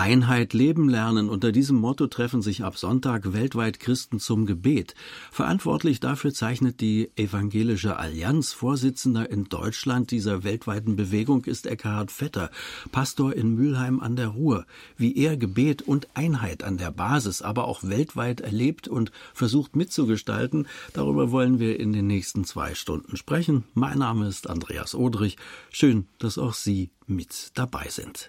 Einheit leben lernen. Unter diesem Motto treffen sich ab Sonntag weltweit Christen zum Gebet. Verantwortlich dafür zeichnet die Evangelische Allianz. Vorsitzender in Deutschland dieser weltweiten Bewegung ist Ekkehard Vetter, Pastor in Mülheim an der Ruhr. Wie er Gebet und Einheit an der Basis, aber auch weltweit erlebt und versucht mitzugestalten, darüber wollen wir in den nächsten 2 Stunden sprechen. Mein Name ist Andreas Odrich. Schön, dass auch Sie mit dabei sind.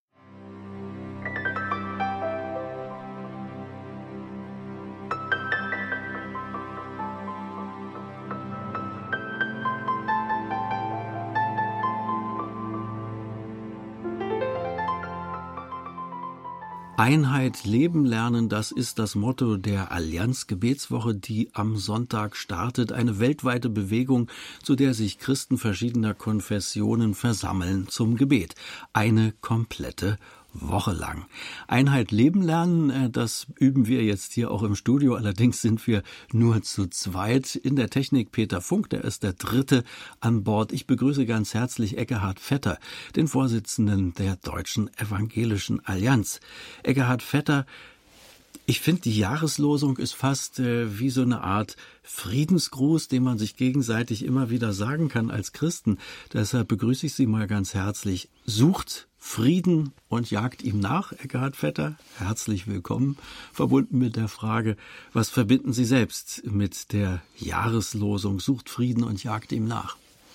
Einheit leben lernen, das ist das Motto der Allianz Gebetswoche, die am Sonntag startet. Eine weltweite Bewegung, zu der sich Christen verschiedener Konfessionen versammeln zum Gebet. Eine komplette Woche lang. Einheit leben lernen, das üben wir jetzt hier auch im Studio. Allerdings sind wir nur zu zweit. In der Technik Peter Funk, der ist der Dritte an Bord. Ich begrüße ganz herzlich Ekkehard Vetter, den Vorsitzenden der Deutschen Evangelischen Allianz. Ekkehard Vetter, ich finde, die Jahreslosung ist fast wie so eine Art Friedensgruß, den man sich gegenseitig immer wieder sagen kann als Christen. Deshalb begrüße ich Sie mal ganz herzlich. Sucht Frieden und jagt ihm nach, Ekkehard Vetter. Herzlich willkommen, verbunden mit der Frage, was verbinden Sie selbst mit der Jahreslosung? Sucht Frieden und jagt ihm nach.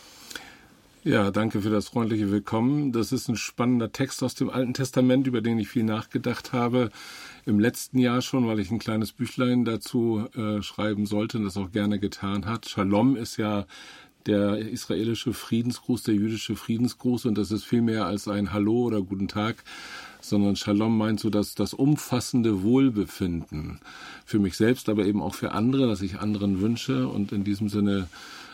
Ja, danke für das freundliche Willkommen. Das ist ein spannender Text aus dem Alten Testament, über den ich viel nachgedacht habe. Im letzten Jahr schon, weil ich ein kleines Büchlein dazu schreiben sollte und das auch gerne getan hat. Shalom ist ja der israelische Friedensgruß, der jüdische Friedensgruß, und das ist viel mehr als ein Hallo oder Guten Tag, sondern Shalom meint so das umfassende Wohlbefinden für mich selbst, aber eben auch für andere, dass ich anderen wünsche, und in diesem Sinne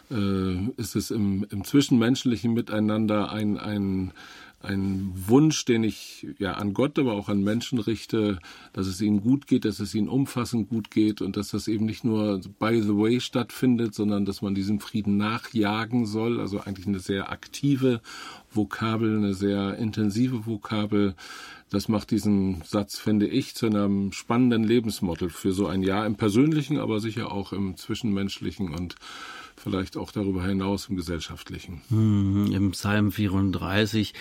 ist es im zwischenmenschlichen Miteinander ein Wunsch, den ich ja an Gott, aber auch an Menschen richte, dass es ihnen gut geht, dass es ihnen umfassend gut geht und dass das eben nicht nur by the way stattfindet, sondern dass man diesem Frieden nachjagen soll. Also eigentlich eine sehr aktive Vokabel, eine sehr intensive Vokabel. Das macht diesen Satz, finde ich, zu einem spannenden Lebensmotto für so ein Jahr im Persönlichen, aber sicher auch im Zwischenmenschlichen und vielleicht auch darüber hinaus im Gesellschaftlichen. Im Psalm 34,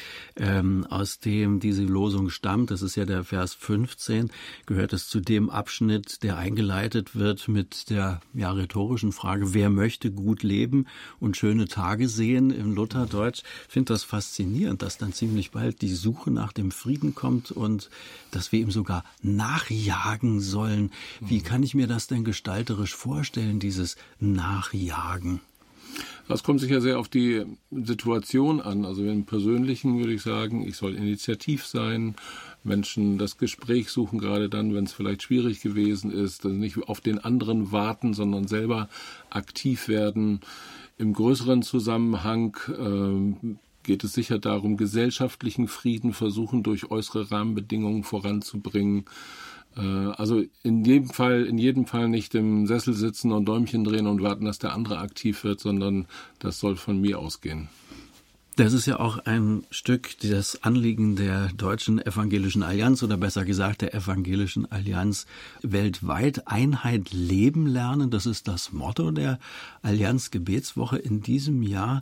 aus dem diese Losung stammt, das ist ja der Vers 15, gehört es zu dem Abschnitt, der eingeleitet wird mit der rhetorischen Frage, wer möchte gut leben und schöne Tage sehen im Lutherdeutsch. Ich finde das faszinierend, dass dann ziemlich bald die Suche nach dem Frieden kommt und dass wir ihm sogar nachjagen sollen. Wie kann ich mir das denn gestalterisch vorstellen, dieses Nachjagen? Das kommt sicher sehr auf die Situation an. Also im Persönlichen würde ich sagen, ich soll initiativ sein, Menschen das Gespräch suchen, gerade dann, wenn es vielleicht schwierig gewesen ist, also nicht auf den anderen warten, sondern selber aktiv werden. Im größeren Zusammenhang geht es sicher darum, gesellschaftlichen Frieden versuchen, durch äußere Rahmenbedingungen voranzubringen. Also in jedem Fall nicht im Sessel sitzen und Däumchen drehen und warten, dass der andere aktiv wird, sondern das soll von mir ausgehen. Das ist ja auch ein Stück das Anliegen der Deutschen Evangelischen Allianz oder besser gesagt der Evangelischen Allianz weltweit. Einheit leben lernen, das ist das Motto der Allianz Gebetswoche in diesem Jahr.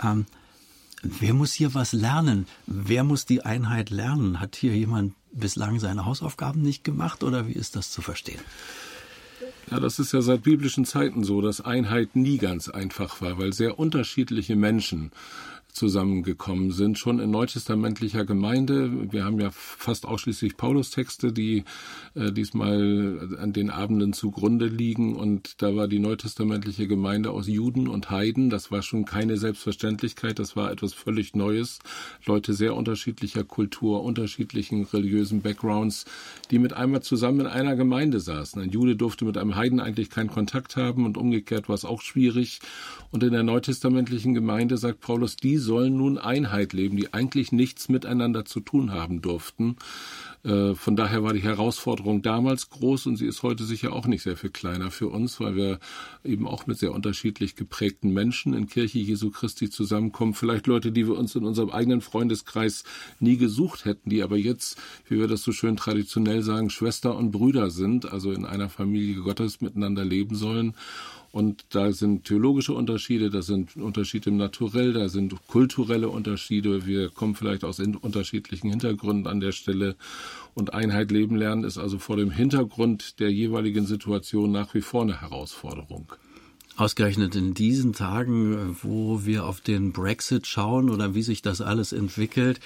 Wer muss hier was lernen? Wer muss die Einheit lernen? Hat hier jemand bislang seine Hausaufgaben nicht gemacht oder wie ist das zu verstehen? Ja, das ist ja seit biblischen Zeiten so, dass Einheit nie ganz einfach war, weil sehr unterschiedliche Menschen zusammengekommen sind, schon in neutestamentlicher Gemeinde. Wir haben ja fast ausschließlich Paulus-Texte, die diesmal an den Abenden zugrunde liegen, und da war die neutestamentliche Gemeinde aus Juden und Heiden. Das war schon keine Selbstverständlichkeit, das war etwas völlig Neues. Leute sehr unterschiedlicher Kultur, unterschiedlichen religiösen Backgrounds, die mit einmal zusammen in einer Gemeinde saßen. Ein Jude durfte mit einem Heiden eigentlich keinen Kontakt haben und umgekehrt war es auch schwierig. Und in der neutestamentlichen Gemeinde sagt Paulus, die sollen nun Einheit leben, die eigentlich nichts miteinander zu tun haben durften. Von daher war die Herausforderung damals groß und sie ist heute sicher auch nicht sehr viel kleiner für uns, weil wir eben auch mit sehr unterschiedlich geprägten Menschen in Kirche Jesu Christi zusammenkommen. Vielleicht Leute, die wir uns in unserem eigenen Freundeskreis nie gesucht hätten, die aber jetzt, wie wir das so schön traditionell sagen, Schwester und Brüder sind, also in einer Familie Gottes miteinander leben sollen. Und da sind theologische Unterschiede, da sind Unterschiede im Naturell, da sind kulturelle Unterschiede. Wir kommen vielleicht aus unterschiedlichen Hintergründen an der Stelle. Und Einheit leben lernen ist also vor dem Hintergrund der jeweiligen Situation nach wie vor eine Herausforderung. Ausgerechnet in diesen Tagen, wo wir auf den Brexit schauen oder wie sich das alles entwickelt,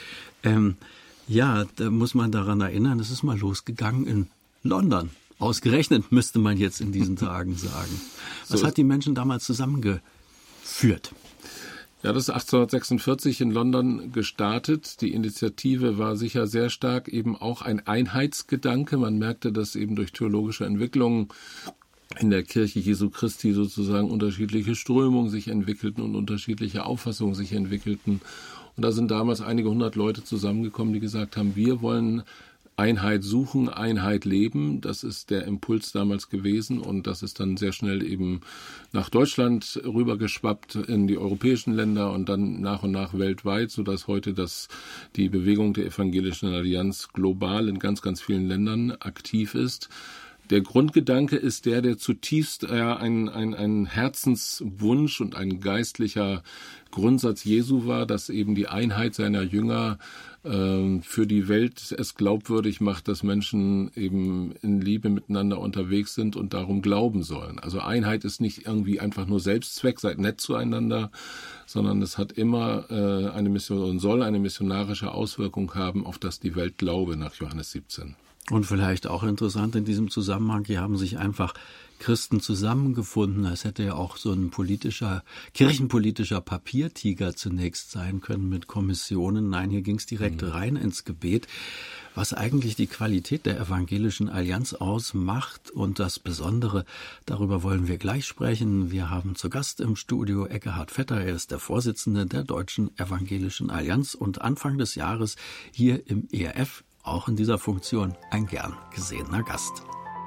da muss man daran erinnern, es ist mal losgegangen in London. Ausgerechnet müsste man jetzt in diesen Tagen sagen. Was hat die Menschen damals zusammengeführt? Ja, das ist 1846 in London gestartet. Die Initiative war sicher sehr stark eben auch ein Einheitsgedanke. Man merkte, dass eben durch theologische Entwicklungen in der Kirche Jesu Christi sozusagen unterschiedliche Strömungen sich entwickelten und unterschiedliche Auffassungen sich entwickelten. Und da sind damals einige hundert Leute zusammengekommen, die gesagt haben, wir wollen Einheit suchen, Einheit leben. Das ist der Impuls damals gewesen und das ist dann sehr schnell eben nach Deutschland rübergeschwappt in die europäischen Länder und dann nach und nach weltweit, sodass heute die Bewegung der Evangelischen Allianz global in ganz, ganz vielen Ländern aktiv ist. Der Grundgedanke ist der zutiefst ein Herzenswunsch und ein geistlicher Grundsatz Jesu war, dass eben die Einheit seiner Jünger für die Welt es glaubwürdig macht, dass Menschen eben in Liebe miteinander unterwegs sind und darum glauben sollen. Also Einheit ist nicht irgendwie einfach nur Selbstzweck, seid nett zueinander, sondern es hat immer eine Mission und soll eine missionarische Auswirkung haben, auf das die Welt glaube, nach Johannes 17. Und vielleicht auch interessant in diesem Zusammenhang, hier haben sich einfach Christen zusammengefunden. Es hätte ja auch so ein kirchenpolitischer Papiertiger zunächst sein können mit Kommissionen. Nein, hier ging es direkt rein ins Gebet, was eigentlich die Qualität der Evangelischen Allianz ausmacht. Und das Besondere, darüber wollen wir gleich sprechen. Wir haben zu Gast im Studio Ekkehard Vetter. Er ist der Vorsitzende der Deutschen Evangelischen Allianz und Anfang des Jahres hier im ERF auch in dieser Funktion ein gern gesehener Gast.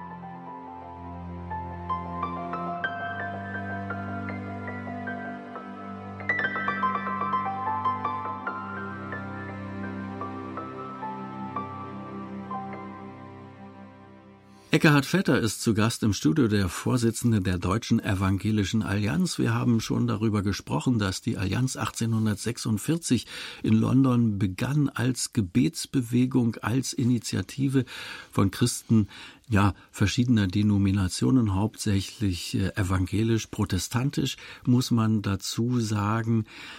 Ekkehard Vetter ist zu Gast im Studio, der Vorsitzende der Deutschen Evangelischen Allianz. Wir haben schon darüber gesprochen, dass die Allianz 1846 in London begann als Gebetsbewegung, als Initiative von Christen verschiedener Denominationen, hauptsächlich evangelisch, protestantisch, muss man dazu sagen.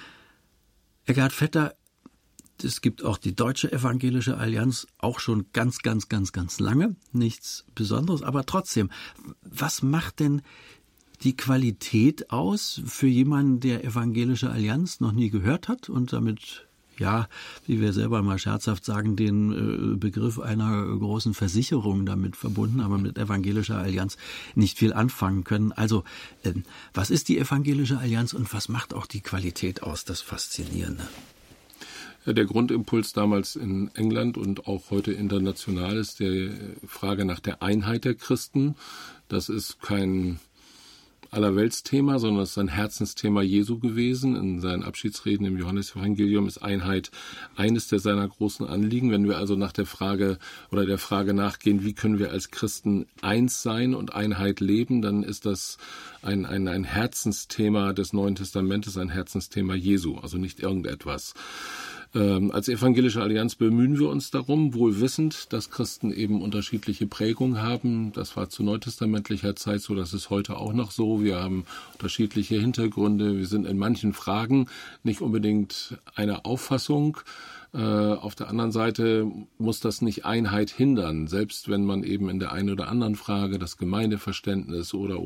Ekkehard Vetter, es gibt auch die Deutsche Evangelische Allianz, auch schon ganz, ganz, ganz, ganz lange. Nichts Besonderes, aber trotzdem, was macht denn die Qualität aus für jemanden, der Evangelische Allianz noch nie gehört hat und damit, wie wir selber mal scherzhaft sagen, den Begriff einer großen Versicherung damit verbunden, aber mit Evangelischer Allianz nicht viel anfangen können. Also, was ist die Evangelische Allianz und was macht auch die Qualität aus, das Faszinierende? Der Grundimpuls damals in England und auch heute international ist die Frage nach der Einheit der Christen. Das ist kein Allerweltsthema, sondern es ist ein Herzensthema Jesu gewesen. In seinen Abschiedsreden im Johannesevangelium ist Einheit eines seiner großen Anliegen. Wenn wir also nach der Frage nachgehen, wie können wir als Christen eins sein und Einheit leben, dann ist das ein Herzensthema des Neuen Testamentes, ein Herzensthema Jesu, also nicht irgendetwas. Als Evangelische Allianz bemühen wir uns darum, wohl wissend, dass Christen eben unterschiedliche Prägungen haben. Das war zu neutestamentlicher Zeit so, das ist heute auch noch so. Wir haben unterschiedliche Hintergründe. Wir sind in manchen Fragen nicht unbedingt einer Auffassung. Auf der anderen Seite muss das nicht Einheit hindern, selbst wenn man eben in der einen oder anderen Frage das Gemeindeverständnis oder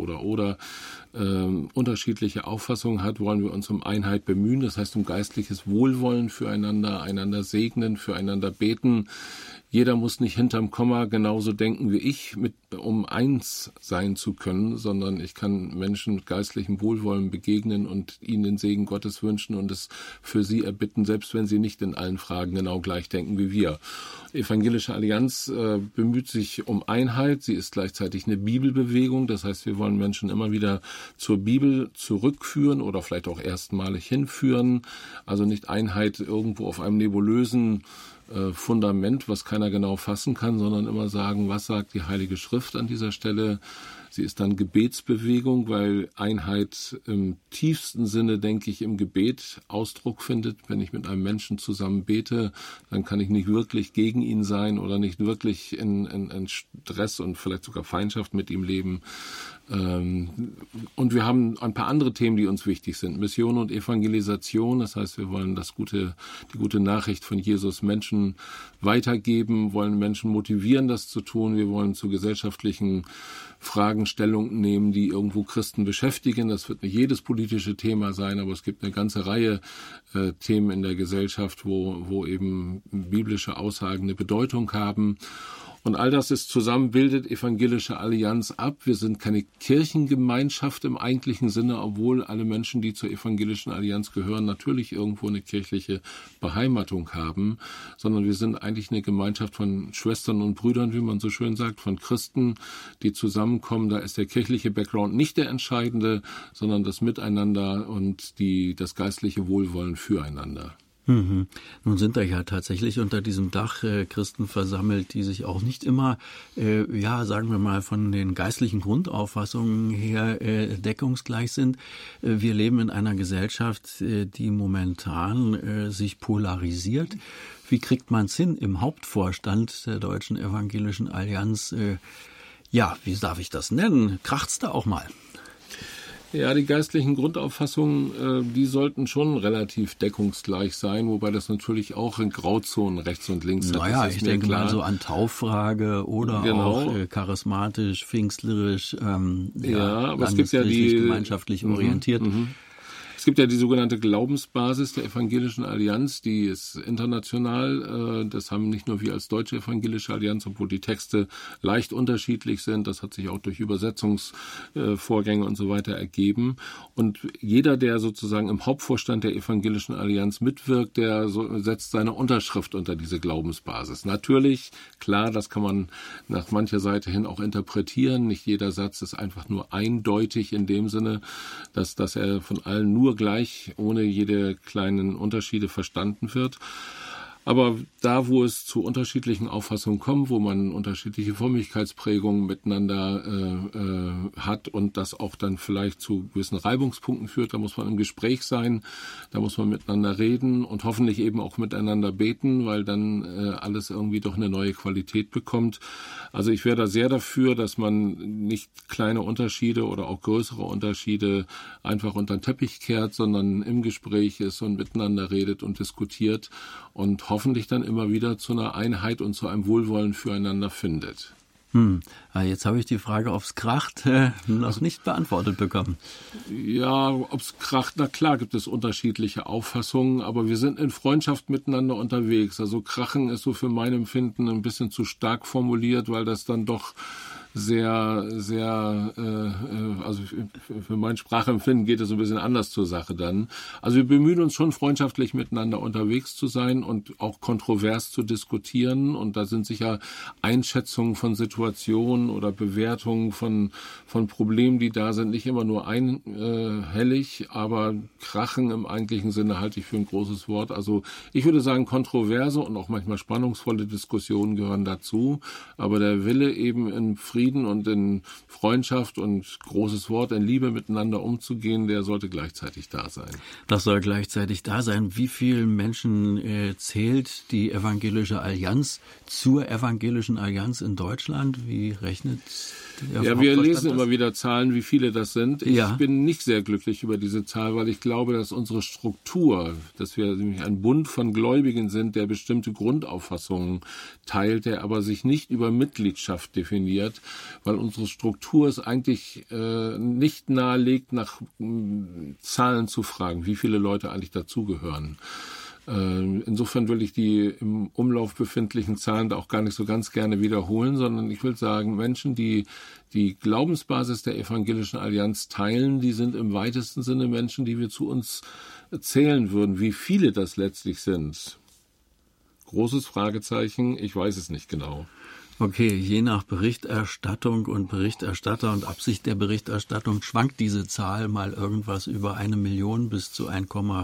unterschiedliche Auffassungen hat, wollen wir uns um Einheit bemühen, das heißt um geistliches Wohlwollen füreinander, einander segnen, füreinander beten. jeder muss nicht hinterm Komma genauso denken wie ich, um eins sein zu können, sondern ich kann Menschen mit geistlichem Wohlwollen begegnen und ihnen den Segen Gottes wünschen und es für sie erbitten, selbst wenn sie nicht in allen Fragen genau gleich denken wie wir. Evangelische Allianz bemüht sich um Einheit. Sie ist gleichzeitig eine Bibelbewegung. Das heißt, wir wollen Menschen immer wieder zur Bibel zurückführen oder vielleicht auch erstmalig hinführen. Also nicht Einheit irgendwo auf einem nebulösen Fundament, was keiner genau fassen kann, sondern immer sagen, was sagt die Heilige Schrift an dieser Stelle. Sie ist dann Gebetsbewegung, weil Einheit im tiefsten Sinne, denke ich, im Gebet Ausdruck findet. Wenn ich mit einem Menschen zusammen bete, dann kann ich nicht wirklich gegen ihn sein oder nicht wirklich in Stress und vielleicht sogar Feindschaft mit ihm leben. Und wir haben ein paar andere Themen, die uns wichtig sind. Mission und Evangelisation, das heißt, wir wollen die gute Nachricht von Jesus Menschen weitergeben, wollen Menschen motivieren, das zu tun. Wir wollen zu gesellschaftlichen Fragen Stellung nehmen, die irgendwo Christen beschäftigen. Das wird nicht jedes politische Thema sein, aber es gibt eine ganze Reihe Themen in der Gesellschaft, wo eben biblische Aussagen eine Bedeutung haben. Und all das ist zusammen, bildet Evangelische Allianz ab. Wir sind keine Kirchengemeinschaft im eigentlichen Sinne, obwohl alle Menschen, die zur Evangelischen Allianz gehören, natürlich irgendwo eine kirchliche Beheimatung haben, sondern wir sind eigentlich eine Gemeinschaft von Schwestern und Brüdern, wie man so schön sagt, von Christen, die zusammenkommen. Da ist der kirchliche Background nicht der entscheidende, sondern das Miteinander und das geistliche Wohlwollen füreinander. Mhm. Nun sind da ja tatsächlich unter diesem Dach Christen versammelt, die sich auch nicht immer, sagen wir mal, von den geistlichen Grundauffassungen her deckungsgleich sind. Wir leben in einer Gesellschaft, die momentan sich polarisiert. Wie kriegt man es hin im Hauptvorstand der Deutschen Evangelischen Allianz? Wie darf ich das nennen? Kracht's da auch mal? Ja, die geistlichen Grundauffassungen, die sollten schon relativ deckungsgleich sein, wobei das natürlich auch in Grauzonen rechts und links hat. Naja, ich denke mal so an Tauffrage oder auch charismatisch, pfingstlerisch, aber es gibt ja gemeinschaftlich orientiert. Es gibt ja die sogenannte Glaubensbasis der Evangelischen Allianz, die ist international. Das haben nicht nur wir als Deutsche Evangelische Allianz, obwohl die Texte leicht unterschiedlich sind. Das hat sich auch durch Übersetzungsvorgänge und so weiter ergeben. Und jeder, der sozusagen im Hauptvorstand der Evangelischen Allianz mitwirkt, der setzt seine Unterschrift unter diese Glaubensbasis. Natürlich, klar, das kann man nach mancher Seite hin auch interpretieren. Nicht jeder Satz ist einfach nur eindeutig in dem Sinne, dass er von allen nur gleich, ohne jede kleinen Unterschiede verstanden wird. Aber da, wo es zu unterschiedlichen Auffassungen kommt, wo man unterschiedliche Frömmigkeitsprägungen miteinander hat und das auch dann vielleicht zu gewissen Reibungspunkten führt, da muss man im Gespräch sein, da muss man miteinander reden und hoffentlich eben auch miteinander beten, weil dann alles irgendwie doch eine neue Qualität bekommt. Also ich wäre da sehr dafür, dass man nicht kleine Unterschiede oder auch größere Unterschiede einfach unter den Teppich kehrt, sondern im Gespräch ist und miteinander redet und diskutiert und hoffentlich dann immer wieder zu einer Einheit und zu einem Wohlwollen füreinander findet. Jetzt habe ich die Frage, ob es kracht, noch nicht beantwortet bekommen. Ja, ob es kracht, na klar gibt es unterschiedliche Auffassungen, aber wir sind in Freundschaft miteinander unterwegs. Also krachen ist so für mein Empfinden ein bisschen zu stark formuliert, weil das dann doch also für mein Sprachempfinden geht es ein bisschen anders zur Sache dann. Also wir bemühen uns schon, freundschaftlich miteinander unterwegs zu sein und auch kontrovers zu diskutieren. Und da sind sicher Einschätzungen von Situationen oder Bewertungen von Problemen, die da sind, nicht immer nur einhellig, aber krachen im eigentlichen Sinne halte ich für ein großes Wort. Also ich würde sagen, kontroverse und auch manchmal spannungsvolle Diskussionen gehören dazu. Aber der Wille eben in Frieden und in Freundschaft und großes Wort, in Liebe miteinander umzugehen, der sollte gleichzeitig da sein. Das soll gleichzeitig da sein. Wie vielen Menschen zählt die Evangelische Allianz zur Evangelischen Allianz in Deutschland? Wie rechnet Ja, wir lesen immer wieder Zahlen, wie viele das sind. Ich bin nicht sehr glücklich über diese Zahl, weil ich glaube, dass unsere Struktur, dass wir nämlich ein Bund von Gläubigen sind, der bestimmte Grundauffassungen teilt, der aber sich nicht über Mitgliedschaft definiert, weil unsere Struktur es eigentlich nicht nahelegt, nach Zahlen zu fragen, wie viele Leute eigentlich dazugehören. Insofern will ich die im Umlauf befindlichen Zahlen da auch gar nicht so ganz gerne wiederholen, sondern ich will sagen, Menschen, die die Glaubensbasis der Evangelischen Allianz teilen, die sind im weitesten Sinne Menschen, die wir zu uns zählen würden. Wie viele das letztlich sind? Großes Fragezeichen, ich weiß es nicht genau. Okay, je nach Berichterstattung und Berichterstatter und Absicht der Berichterstattung schwankt diese Zahl mal irgendwas über 1 Million bis zu 1,3,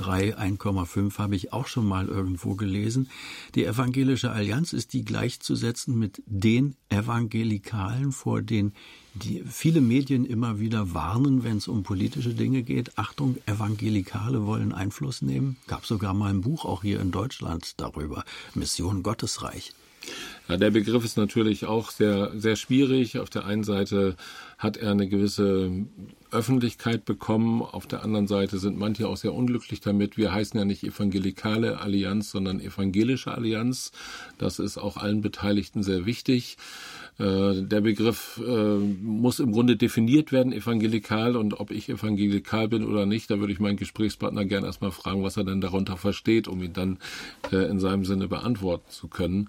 1,5 habe ich auch schon mal irgendwo gelesen. Die Evangelische Allianz, ist die gleichzusetzen mit den Evangelikalen, vor denen die viele Medien immer wieder warnen, wenn es um politische Dinge geht? Achtung, Evangelikale wollen Einfluss nehmen. Gab sogar mal ein Buch auch hier in Deutschland darüber. Mission Gottesreich. Ja, der Begriff ist natürlich auch sehr, sehr schwierig. Auf der einen Seite hat er eine gewisse Öffentlichkeit bekommen. Auf der anderen Seite sind manche auch sehr unglücklich damit. Wir heißen ja nicht Evangelikale Allianz, sondern Evangelische Allianz. Das ist auch allen Beteiligten sehr wichtig. Der Begriff muss im Grunde definiert werden, evangelikal, und ob ich evangelikal bin oder nicht, da würde ich meinen Gesprächspartner gern erstmal fragen, was er denn darunter versteht, um ihn dann in seinem Sinne beantworten zu können.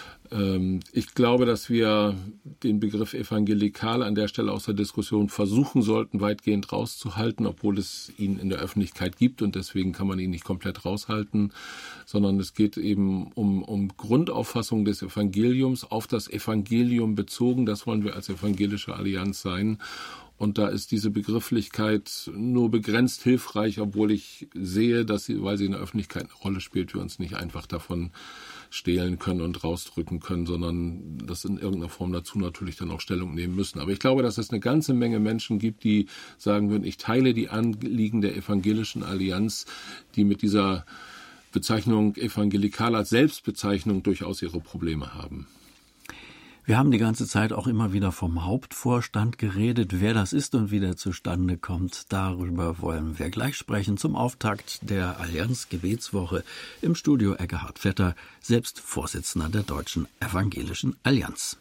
Ich glaube, dass wir den Begriff evangelikal an der Stelle aus der Diskussion versuchen sollten, weitgehend rauszuhalten, obwohl es ihn in der Öffentlichkeit gibt und deswegen kann man ihn nicht komplett raushalten, sondern es geht eben um Grundauffassung des Evangeliums, auf das Evangelium bezogen. Das wollen wir als Evangelische Allianz sein. Und da ist diese Begrifflichkeit nur begrenzt hilfreich, obwohl ich sehe, dass sie, weil sie in der Öffentlichkeit eine Rolle spielt, wir uns nicht einfach davon stehlen können und rausdrücken können, sondern das in irgendeiner Form dazu natürlich dann auch Stellung nehmen müssen. Aber ich glaube, dass es eine ganze Menge Menschen gibt, die sagen würden, ich teile die Anliegen der Evangelischen Allianz, die mit dieser Bezeichnung evangelikal als Selbstbezeichnung durchaus ihre Probleme haben. Wir haben die ganze Zeit auch immer wieder vom Hauptvorstand geredet. Wer das ist und wie der zustande kommt, darüber wollen wir gleich sprechen. Zum Auftakt der Allianz-Gebetswoche im Studio Eckehard Vetter, selbst Vorsitzender der Deutschen Evangelischen Allianz.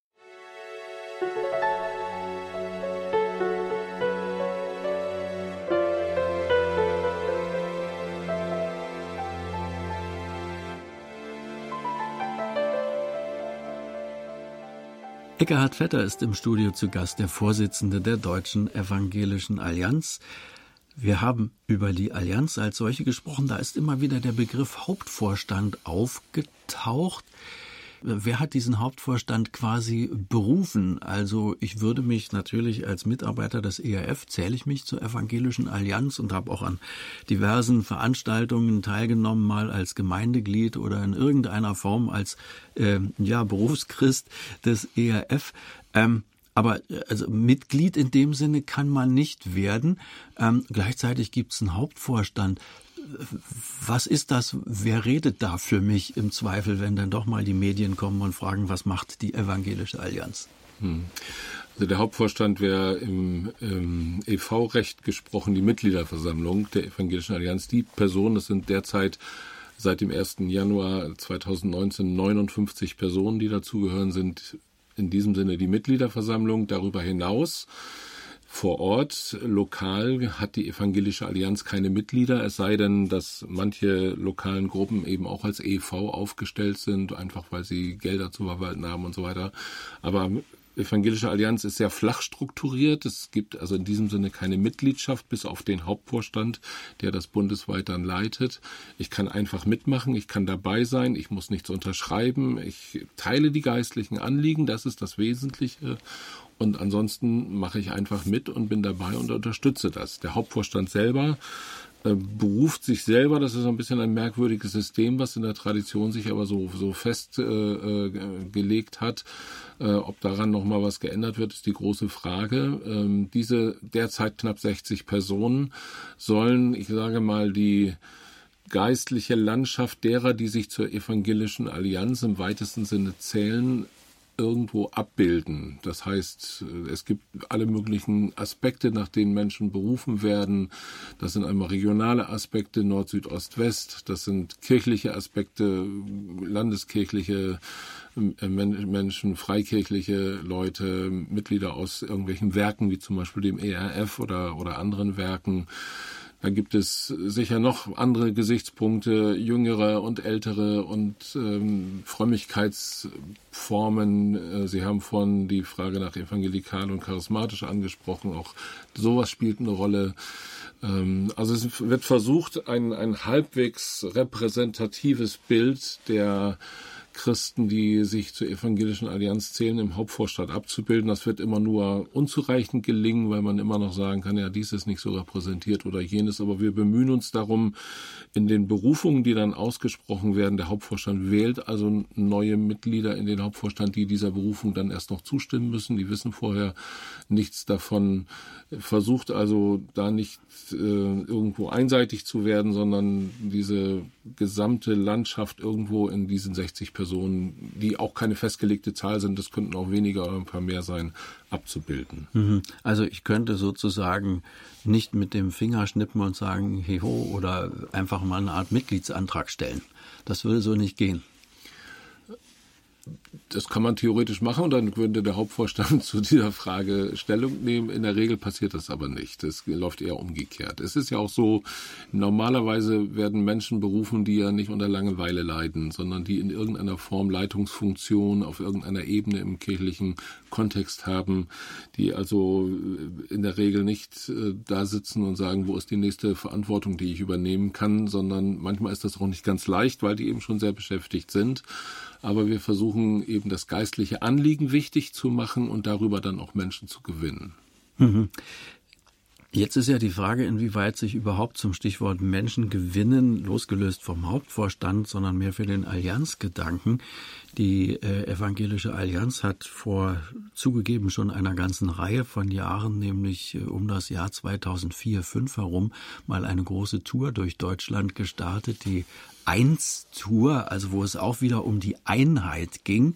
Eckehard Vetter ist im Studio zu Gast, der Vorsitzende der Deutschen Evangelischen Allianz. Wir haben über die Allianz als solche gesprochen. Da ist immer wieder der Begriff Hauptvorstand aufgetaucht. Wer hat diesen Hauptvorstand quasi berufen? Also ich würde mich natürlich als Mitarbeiter des ERF, zähle ich mich zur Evangelischen Allianz und habe auch an diversen Veranstaltungen teilgenommen, mal als Gemeindeglied oder in irgendeiner Form als Berufschrist des ERF. Aber also Mitglied in dem Sinne kann man nicht werden. Gleichzeitig gibt es einen Hauptvorstand. Was ist das? Wer redet da für mich im Zweifel, wenn dann doch mal die Medien kommen und fragen, was macht die Evangelische Allianz? Also der Hauptvorstand wäre im EV-Recht gesprochen die Mitgliederversammlung der Evangelischen Allianz. Die Personen, das sind derzeit seit dem 1. Januar 2019 59 Personen, die dazugehören, sind in diesem Sinne die Mitgliederversammlung. Darüber hinaus vor Ort, lokal, hat die Evangelische Allianz keine Mitglieder, es sei denn, dass manche lokalen Gruppen eben auch als EV aufgestellt sind, einfach weil sie Gelder zu verwalten haben und so weiter. Aber Evangelische Allianz ist sehr flach strukturiert. Es gibt also in diesem Sinne keine Mitgliedschaft, bis auf den Hauptvorstand, der das bundesweit dann leitet. Ich kann einfach mitmachen, ich kann dabei sein, ich muss nichts unterschreiben, ich teile die geistlichen Anliegen, das ist das Wesentliche. Und ansonsten mache ich einfach mit und bin dabei und unterstütze das. Der Hauptvorstand selber beruft sich selber, das ist ein bisschen ein merkwürdiges System, was in der Tradition sich aber so festgelegt hat. Ob daran nochmal was geändert wird, ist die große Frage. Diese derzeit knapp 60 Personen sollen, ich sage mal, die geistliche Landschaft derer, die sich zur Evangelischen Allianz im weitesten Sinne zählen, irgendwo abbilden. Das heißt, es gibt alle möglichen Aspekte, nach denen Menschen berufen werden. Das sind einmal regionale Aspekte, Nord, Süd, Ost, West. Das sind kirchliche Aspekte, landeskirchliche Menschen, freikirchliche Leute, Mitglieder aus irgendwelchen Werken, wie zum Beispiel dem ERF oder anderen Werken. Da gibt es sicher noch andere Gesichtspunkte, jüngere und ältere und Frömmigkeitsformen. Sie haben vorhin die Frage nach evangelikal und charismatisch angesprochen. Auch sowas spielt eine Rolle. Also es wird versucht, ein halbwegs repräsentatives Bild der Christen, die sich zur Evangelischen Allianz zählen, im Hauptvorstand abzubilden. Das wird immer nur unzureichend gelingen, weil man immer noch sagen kann, ja, dies ist nicht so repräsentiert oder jenes. Aber wir bemühen uns darum, in den Berufungen, die dann ausgesprochen werden, der Hauptvorstand wählt also neue Mitglieder in den Hauptvorstand, die dieser Berufung dann erst noch zustimmen müssen. Die wissen vorher nichts davon. Versucht also da nicht irgendwo einseitig zu werden, sondern diese gesamte Landschaft irgendwo in diesen 60 Personen, die auch keine festgelegte Zahl sind, das könnten auch weniger oder ein paar mehr sein, abzubilden. Also ich könnte sozusagen nicht mit dem Finger schnippen und sagen, heho, oder einfach mal eine Art Mitgliedsantrag stellen. Das würde so nicht gehen. Das kann man theoretisch machen und dann würde der Hauptvorstand zu dieser Frage Stellung nehmen. In der Regel passiert das aber nicht. Es läuft eher umgekehrt. Es ist ja auch so, normalerweise werden Menschen berufen, die ja nicht unter Langeweile leiden, sondern die in irgendeiner Form Leitungsfunktion auf irgendeiner Ebene im kirchlichen Kontext haben, die also in der Regel nicht da sitzen und sagen, wo ist die nächste Verantwortung, die ich übernehmen kann, sondern manchmal ist das auch nicht ganz leicht, weil die eben schon sehr beschäftigt sind. Aber wir versuchen eben das geistliche Anliegen wichtig zu machen und darüber dann auch Menschen zu gewinnen. Jetzt ist ja die Frage, inwieweit sich überhaupt zum Stichwort Menschen gewinnen, losgelöst vom Hauptvorstand, sondern mehr für den Allianzgedanken. Die Evangelische Allianz hat vor zugegeben schon einer ganzen Reihe von Jahren, nämlich um das Jahr 2004-05 herum, mal eine große Tour durch Deutschland gestartet, die Eins-Tour, also wo es auch wieder um die Einheit ging.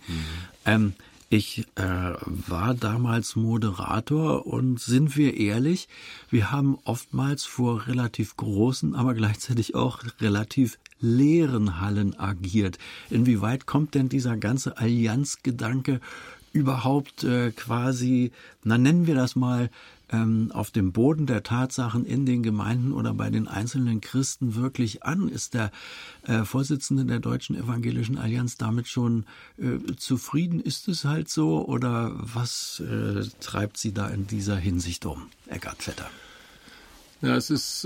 Ich war damals Moderator und sind wir ehrlich, wir haben oftmals vor relativ großen, aber gleichzeitig auch relativ leeren Hallen agiert. Inwieweit kommt denn dieser ganze Allianzgedanke überhaupt quasi, nennen wir das mal, auf dem Boden der Tatsachen in den Gemeinden oder bei den einzelnen Christen wirklich an? Ist der Vorsitzende der Deutschen Evangelischen Allianz damit schon zufrieden? Ist es halt so? Oder was treibt Sie da in dieser Hinsicht um, Eckhard Vetter? Ja, es ist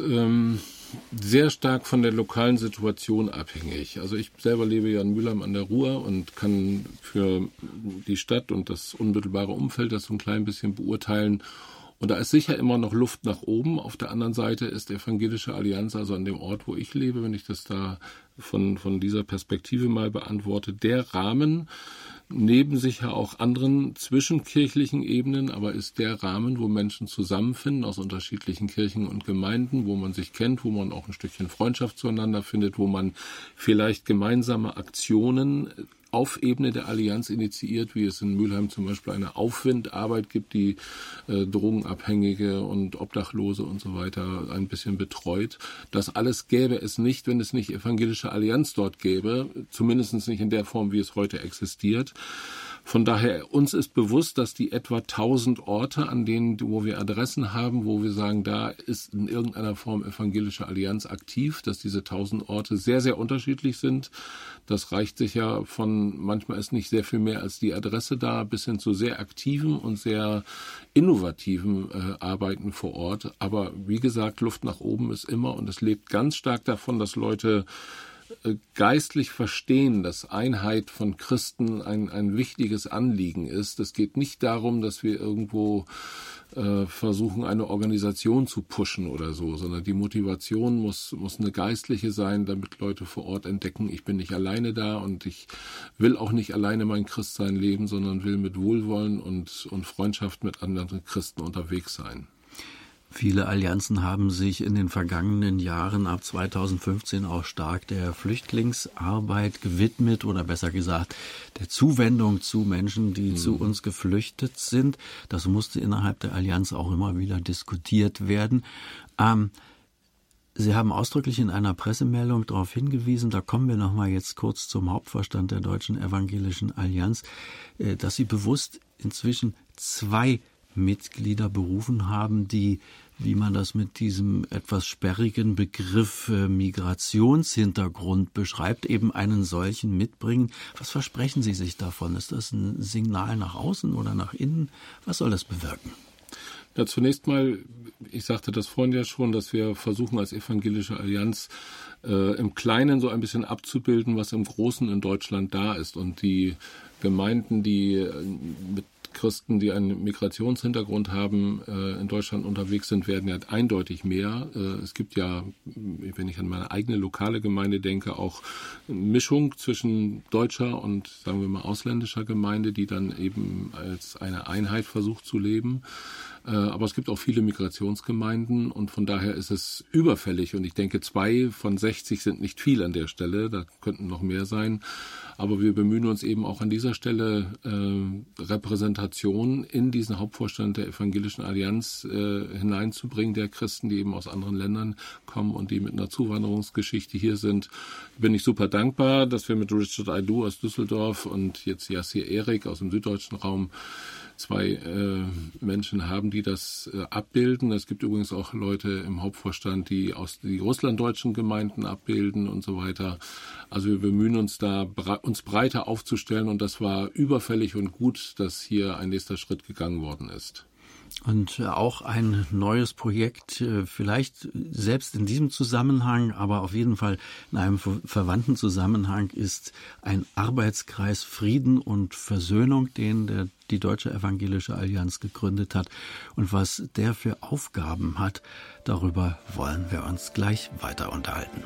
sehr stark von der lokalen Situation abhängig. Also ich selber lebe ja in Mülheim an der Ruhr und kann für die Stadt und das unmittelbare Umfeld das so ein klein bisschen beurteilen. Und da ist sicher immer noch Luft nach oben. Auf der anderen Seite ist die Evangelische Allianz, also an dem Ort, wo ich lebe, wenn ich das da von dieser Perspektive mal beantworte, der Rahmen, neben sicher auch anderen zwischenkirchlichen Ebenen, aber ist der Rahmen, wo Menschen zusammenfinden aus unterschiedlichen Kirchen und Gemeinden, wo man sich kennt, wo man auch ein Stückchen Freundschaft zueinander findet, wo man vielleicht gemeinsame Aktionen auf Ebene der Allianz initiiert, wie es in Mülheim zum Beispiel eine Aufwindarbeit gibt, die Drogenabhängige und Obdachlose und so weiter ein bisschen betreut. Das alles gäbe es nicht, wenn es nicht Evangelische Allianz dort gäbe, zumindest nicht in der Form, wie es heute existiert. Von daher, uns ist bewusst, dass die etwa 1000 Orte, an denen, wo wir Adressen haben, wo wir sagen, da ist in irgendeiner Form Evangelische Allianz aktiv, dass diese 1000 Orte sehr, sehr unterschiedlich sind. Das reicht sich ja von, manchmal ist nicht sehr viel mehr als die Adresse da, bis hin zu sehr aktiven und sehr innovativen Arbeiten vor Ort. Aber wie gesagt, Luft nach oben ist immer und es lebt ganz stark davon, dass Leute geistlich verstehen, dass Einheit von Christen ein wichtiges Anliegen ist. Es geht nicht darum, dass wir irgendwo versuchen, eine Organisation zu pushen oder so, sondern die Motivation muss eine geistliche sein, damit Leute vor Ort entdecken, ich bin nicht alleine da und ich will auch nicht alleine mein Christsein leben, sondern will mit Wohlwollen und Freundschaft mit anderen Christen unterwegs sein. Viele Allianzen haben sich in den vergangenen Jahren ab 2015 auch stark der Flüchtlingsarbeit gewidmet oder besser gesagt der Zuwendung zu Menschen, die zu uns geflüchtet sind. Das musste innerhalb der Allianz auch immer wieder diskutiert werden. Sie haben ausdrücklich in einer Pressemeldung darauf hingewiesen, da kommen wir nochmal jetzt kurz zum Hauptvorstand der Deutschen Evangelischen Allianz, dass Sie bewusst inzwischen 2 Mitglieder berufen haben, die wie man das mit diesem etwas sperrigen Begriff Migrationshintergrund beschreibt, eben einen solchen mitbringen. Was versprechen Sie sich davon? Ist das ein Signal nach außen oder nach innen? Was soll das bewirken? Ja, zunächst mal, ich sagte das vorhin ja schon, dass wir versuchen als Evangelische Allianz im Kleinen so ein bisschen abzubilden, was im Großen in Deutschland da ist. Und die Gemeinden, die mit Christen, die einen Migrationshintergrund haben, in Deutschland unterwegs sind, werden ja eindeutig mehr. Es gibt ja, wenn ich an meine eigene lokale Gemeinde denke, auch eine Mischung zwischen deutscher und, sagen wir mal, ausländischer Gemeinde, die dann eben als eine Einheit versucht zu leben. Aber es gibt auch viele Migrationsgemeinden und von daher ist es überfällig. Und ich denke, 2 von 60 sind nicht viel an der Stelle. Da könnten noch mehr sein. Aber wir bemühen uns eben auch an dieser Stelle Repräsentation in diesen Hauptvorstand der Evangelischen Allianz hineinzubringen, der Christen, die eben aus anderen Ländern kommen und die mit einer Zuwanderungsgeschichte hier sind. Bin ich super dankbar, dass wir mit Richard Aidu aus Düsseldorf und jetzt Yassir Erik aus dem süddeutschen Raum 2 Menschen haben, die das abbilden. Es gibt übrigens auch Leute im Hauptvorstand, die aus die russlanddeutschen Gemeinden abbilden und so weiter. Also wir bemühen uns da, uns breiter aufzustellen und das war überfällig und gut, dass hier ein nächster Schritt gegangen worden ist. Und auch ein neues Projekt, vielleicht selbst in diesem Zusammenhang, aber auf jeden Fall in einem verwandten Zusammenhang, ist ein Arbeitskreis Frieden und Versöhnung, den die Deutsche Evangelische Allianz gegründet hat. Und was der für Aufgaben hat, darüber wollen wir uns gleich weiter unterhalten.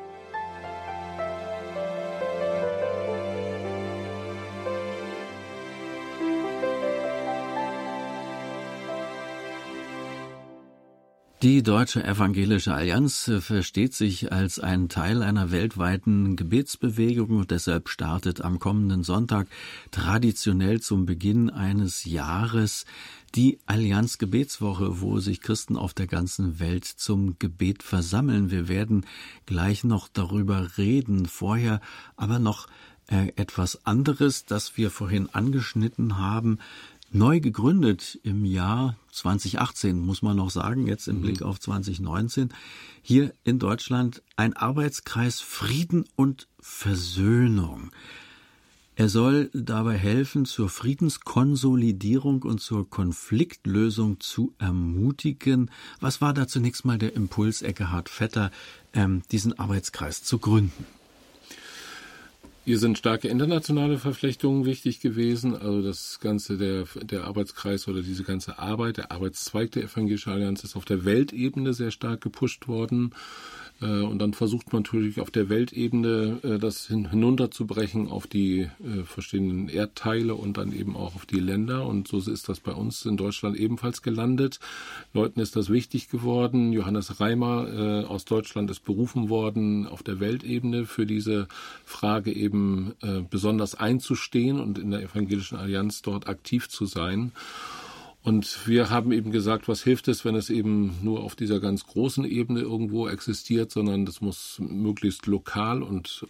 Die Deutsche Evangelische Allianz versteht sich als ein Teil einer weltweiten Gebetsbewegung und deshalb startet am kommenden Sonntag traditionell zum Beginn eines Jahres die Allianz-Gebetswoche, wo sich Christen auf der ganzen Welt zum Gebet versammeln. Wir werden gleich noch darüber reden, vorher aber noch etwas anderes, das wir vorhin angeschnitten haben. Neu gegründet im Jahr 2018, muss man noch sagen, jetzt im Blick auf 2019, hier in Deutschland ein Arbeitskreis Frieden und Versöhnung. Er soll dabei helfen, zur Friedenskonsolidierung und zur Konfliktlösung zu ermutigen. Was war da zunächst mal der Impuls, Ekkehard Vetter, diesen Arbeitskreis zu gründen? Hier sind starke internationale Verflechtungen wichtig gewesen. Also das Ganze, der Arbeitskreis oder diese ganze Arbeit, der Arbeitszweig der Evangelischen Allianz ist auf der Weltebene sehr stark gepusht worden. Und dann versucht man natürlich auf der Weltebene das hinunterzubrechen auf die verschiedenen Erdteile und dann eben auch auf die Länder. Und so ist das bei uns in Deutschland ebenfalls gelandet. Leuten ist das wichtig geworden. Johannes Reimer aus Deutschland ist berufen worden, auf der Weltebene für diese Frage eben besonders einzustehen und in der Evangelischen Allianz dort aktiv zu sein. Und wir haben eben gesagt, was hilft es, wenn es eben nur auf dieser ganz großen Ebene irgendwo existiert, sondern das muss möglichst lokal und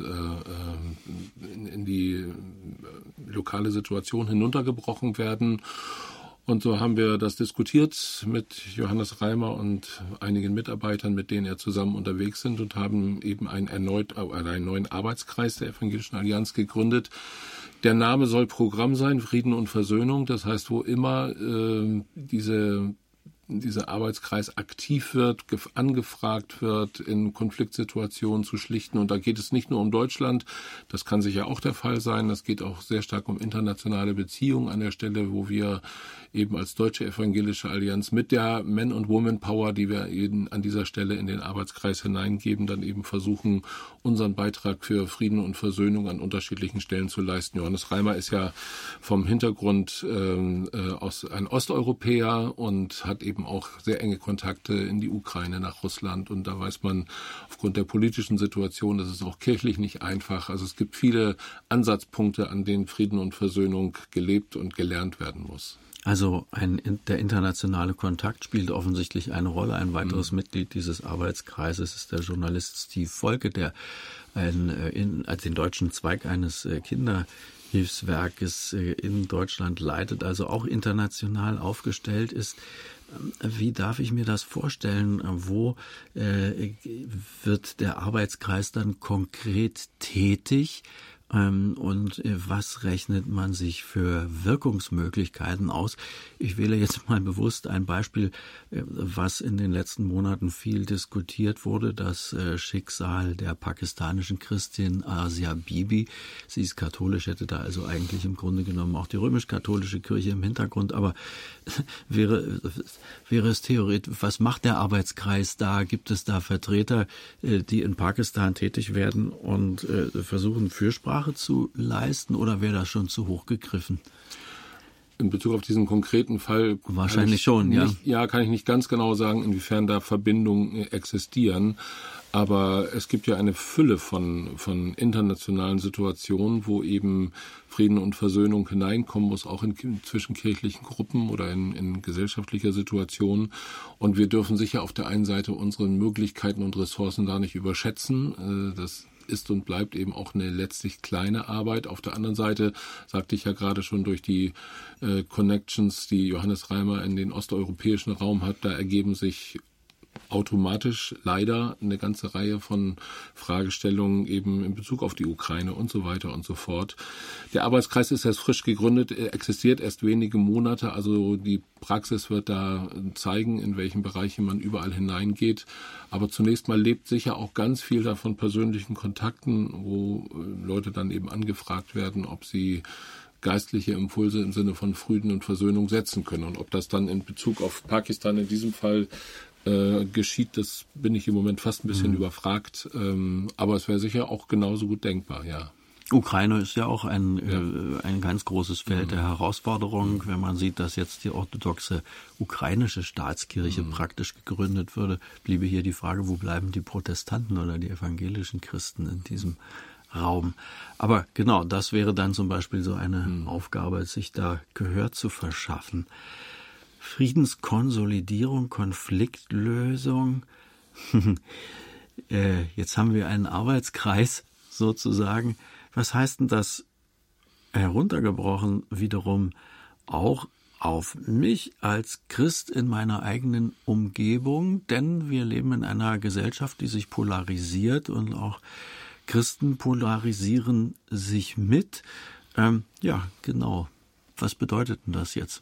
in die lokale Situation hinuntergebrochen werden. Und so haben wir das diskutiert mit Johannes Reimer und einigen Mitarbeitern, mit denen er zusammen unterwegs sind und haben eben einen neuen Arbeitskreis der Evangelischen Allianz gegründet. Der Name soll Programm sein, Frieden und Versöhnung. Das heißt, wo immer dieser Arbeitskreis aktiv wird, angefragt wird, in Konfliktsituationen zu schlichten. Und da geht es nicht nur um Deutschland, das kann sicher auch der Fall sein. Das geht auch sehr stark um internationale Beziehungen an der Stelle, wo wir eben als Deutsche Evangelische Allianz mit der Men- und Woman-Power, die wir eben an dieser Stelle in den Arbeitskreis hineingeben, dann eben versuchen, unseren Beitrag für Frieden und Versöhnung an unterschiedlichen Stellen zu leisten. Johannes Reimer ist ja vom Hintergrund ein Osteuropäer und hat eben auch sehr enge Kontakte in die Ukraine, nach Russland. Und da weiß man aufgrund der politischen Situation, das ist auch kirchlich nicht einfach. Also es gibt viele Ansatzpunkte, an denen Frieden und Versöhnung gelebt und gelernt werden muss. Also der internationale Kontakt spielt offensichtlich eine Rolle. Ein weiteres Mitglied dieses Arbeitskreises ist der Journalist Steve Volke, der den deutschen Zweig eines Kinderhilfswerkes in Deutschland leitet, also auch international aufgestellt ist. Wie darf ich mir das vorstellen? Wo wird der Arbeitskreis dann konkret tätig? Und was rechnet man sich für Wirkungsmöglichkeiten aus? Ich wähle jetzt mal bewusst ein Beispiel, was in den letzten Monaten viel diskutiert wurde, das Schicksal der pakistanischen Christin Asia Bibi. Sie ist katholisch, hätte da also eigentlich im Grunde genommen auch die römisch-katholische Kirche im Hintergrund, aber wäre es theoretisch, was macht der Arbeitskreis da? Gibt es da Vertreter, die in Pakistan tätig werden und versuchen, Fürsprache zu leisten, oder wäre das schon zu hoch gegriffen? In Bezug auf diesen konkreten Fall wahrscheinlich schon, ja. Ja, kann ich nicht ganz genau sagen, inwiefern da Verbindungen existieren. Aber es gibt ja eine Fülle von internationalen Situationen, wo eben Frieden und Versöhnung hineinkommen muss, auch in zwischenkirchlichen Gruppen oder in gesellschaftlicher Situation. Und wir dürfen sicher auf der einen Seite unsere Möglichkeiten und Ressourcen da nicht überschätzen. Das ist und bleibt eben auch eine letztlich kleine Arbeit. Auf der anderen Seite, sagte ich ja gerade schon, durch die Connections, die Johannes Reimer in den osteuropäischen Raum hat, da ergeben sich automatisch leider eine ganze Reihe von Fragestellungen eben in Bezug auf die Ukraine und so weiter und so fort. Der Arbeitskreis ist erst frisch gegründet, existiert erst wenige Monate, also die Praxis wird da zeigen, in welchen Bereichen man überall hineingeht. Aber zunächst mal lebt sicher auch ganz viel davon persönlichen Kontakten, wo Leute dann eben angefragt werden, ob sie geistliche Impulse im Sinne von Frieden und Versöhnung setzen können. Und ob das dann in Bezug auf Pakistan in diesem Fall geschieht, das bin ich im Moment fast ein bisschen überfragt. Aber es wäre sicher auch genauso gut denkbar, ja. Ukraine ist ja auch ein ganz großes Feld der Herausforderung. Wenn man sieht, dass jetzt die orthodoxe ukrainische Staatskirche praktisch gegründet würde, bliebe hier die Frage, wo bleiben die Protestanten oder die evangelischen Christen in diesem Raum? Aber genau, das wäre dann zum Beispiel so eine Aufgabe, sich da Gehör zu verschaffen. Friedenskonsolidierung, Konfliktlösung. Jetzt haben wir einen Arbeitskreis sozusagen. Was heißt denn das heruntergebrochen wiederum auch auf mich als Christ in meiner eigenen Umgebung? Denn wir leben in einer Gesellschaft, die sich polarisiert, und auch Christen polarisieren sich mit. Ja, genau. Was bedeutet denn das jetzt?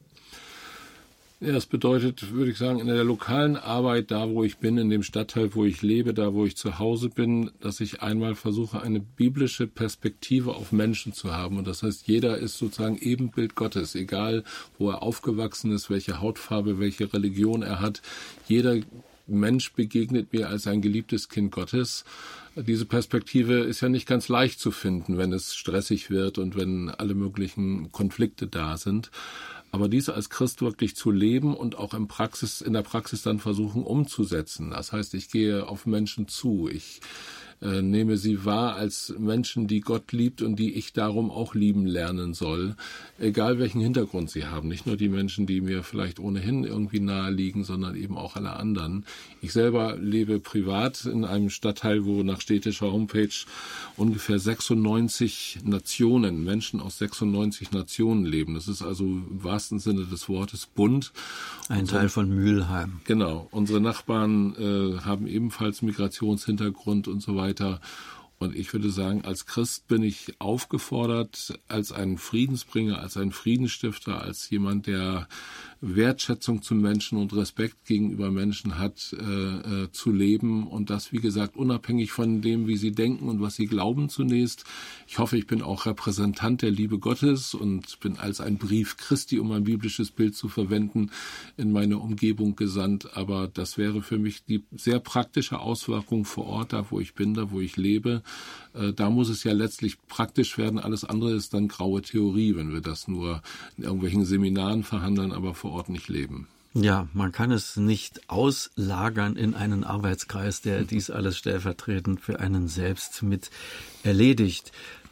Ja, das bedeutet, würde ich sagen, in der lokalen Arbeit, da wo ich bin, in dem Stadtteil, wo ich lebe, da wo ich zu Hause bin, dass ich einmal versuche, eine biblische Perspektive auf Menschen zu haben. Und das heißt, jeder ist sozusagen Ebenbild Gottes, egal wo er aufgewachsen ist, welche Hautfarbe, welche Religion er hat. Jeder Mensch begegnet mir als ein geliebtes Kind Gottes. Diese Perspektive ist ja nicht ganz leicht zu finden, wenn es stressig wird und wenn alle möglichen Konflikte da sind. Aber diese als Christ wirklich zu leben und auch in der Praxis dann versuchen umzusetzen. Das heißt, ich gehe auf Menschen zu. Ich nehme sie wahr als Menschen, die Gott liebt und die ich darum auch lieben lernen soll. Egal welchen Hintergrund sie haben. Nicht nur die Menschen, die mir vielleicht ohnehin irgendwie nahe liegen, sondern eben auch alle anderen. Ich selber lebe privat in einem Stadtteil, wo nach städtischer Homepage ungefähr 96 Nationen, Menschen aus 96 Nationen leben. Das ist also im wahrsten Sinne des Wortes bunt. Ein Teil von Mülheim. Genau. Unsere Nachbarn haben ebenfalls Migrationshintergrund und so weiter. Und ich würde sagen, als Christ bin ich aufgefordert, als ein Friedensbringer, als ein Friedensstifter, als jemand, der Wertschätzung zum Menschen und Respekt gegenüber Menschen hat, zu leben. Und das, wie gesagt, unabhängig von dem, wie sie denken und was sie glauben zunächst. Ich hoffe, ich bin auch Repräsentant der Liebe Gottes und bin als ein Brief Christi, um ein biblisches Bild zu verwenden, in meine Umgebung gesandt. Aber das wäre für mich die sehr praktische Auswirkung vor Ort, da wo ich bin, da wo ich lebe. Da muss es ja letztlich praktisch werden. Alles andere ist dann graue Theorie, wenn wir das nur in irgendwelchen Seminaren verhandeln, aber vor Ort nicht leben. Ja, man kann es nicht auslagern in einen Arbeitskreis, der dies alles stellvertretend für einen selbst mit erledigt.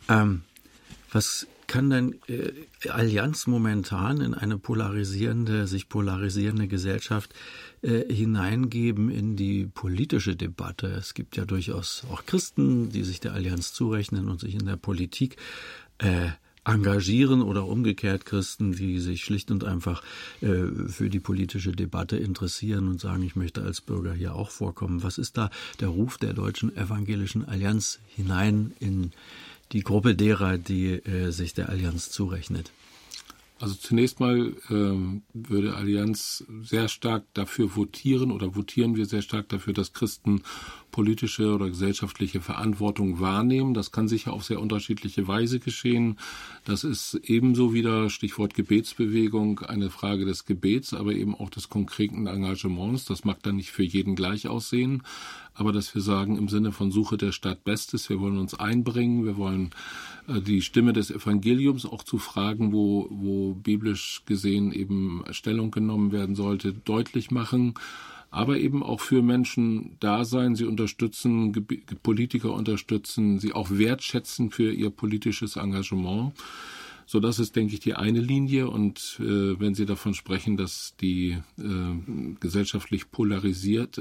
Was kann denn Allianz momentan in eine sich polarisierende Gesellschaft hineingeben in die politische Debatte? Es gibt ja durchaus auch Christen, die sich der Allianz zurechnen und sich in der Politik engagieren oder umgekehrt Christen, die sich schlicht und einfach für die politische Debatte interessieren und sagen, ich möchte als Bürger hier auch vorkommen. Was ist da der Ruf der Deutschen Evangelischen Allianz hinein in die Gruppe derer, die sich der Allianz zurechnet? Also zunächst mal würde Allianz sehr stark dafür votieren oder votieren wir sehr stark dafür, dass Christen politische oder gesellschaftliche Verantwortung wahrnehmen. Das kann sicher auf sehr unterschiedliche Weise geschehen. Das ist ebenso wieder, Stichwort Gebetsbewegung, eine Frage des Gebets, aber eben auch des konkreten Engagements. Das mag dann nicht für jeden gleich aussehen, aber dass wir sagen, im Sinne von Suche der Stadt Bestes, wir wollen uns einbringen, wir wollen die Stimme des Evangeliums auch zu Fragen, wo biblisch gesehen eben Stellung genommen werden sollte, deutlich machen, aber eben auch für Menschen da sein, sie unterstützen, Politiker unterstützen, sie auch wertschätzen für ihr politisches Engagement. So, das ist, denke ich, die eine Linie. Und wenn Sie davon sprechen, dass die Gesellschaft sich polarisiert,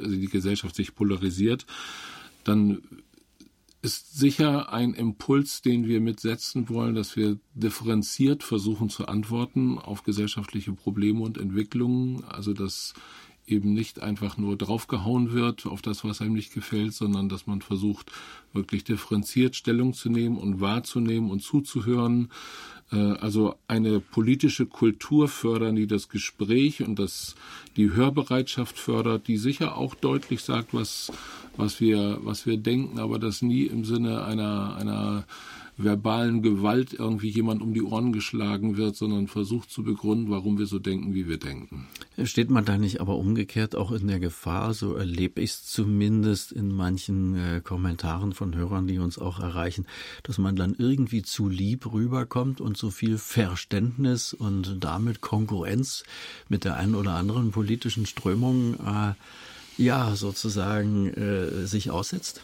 dann ist sicher ein Impuls, den wir mitsetzen wollen, dass wir differenziert versuchen zu antworten auf gesellschaftliche Probleme und Entwicklungen. Also dass eben nicht einfach nur draufgehauen wird auf das, was einem nicht gefällt, sondern dass man versucht, wirklich differenziert Stellung zu nehmen und wahrzunehmen und zuzuhören. Also eine politische Kultur fördern, die das Gespräch und die Hörbereitschaft fördert, die sicher auch deutlich sagt, was wir denken, aber das nie im Sinne einer verbalen Gewalt irgendwie jemand um die Ohren geschlagen wird, sondern versucht zu begründen, warum wir so denken, wie wir denken. Steht man da nicht aber umgekehrt auch in der Gefahr, so erlebe ich es zumindest in manchen Kommentaren von Hörern, die uns auch erreichen, dass man dann irgendwie zu lieb rüberkommt und so viel Verständnis und damit Konkurrenz mit der einen oder anderen politischen Strömung sozusagen sich aussetzt?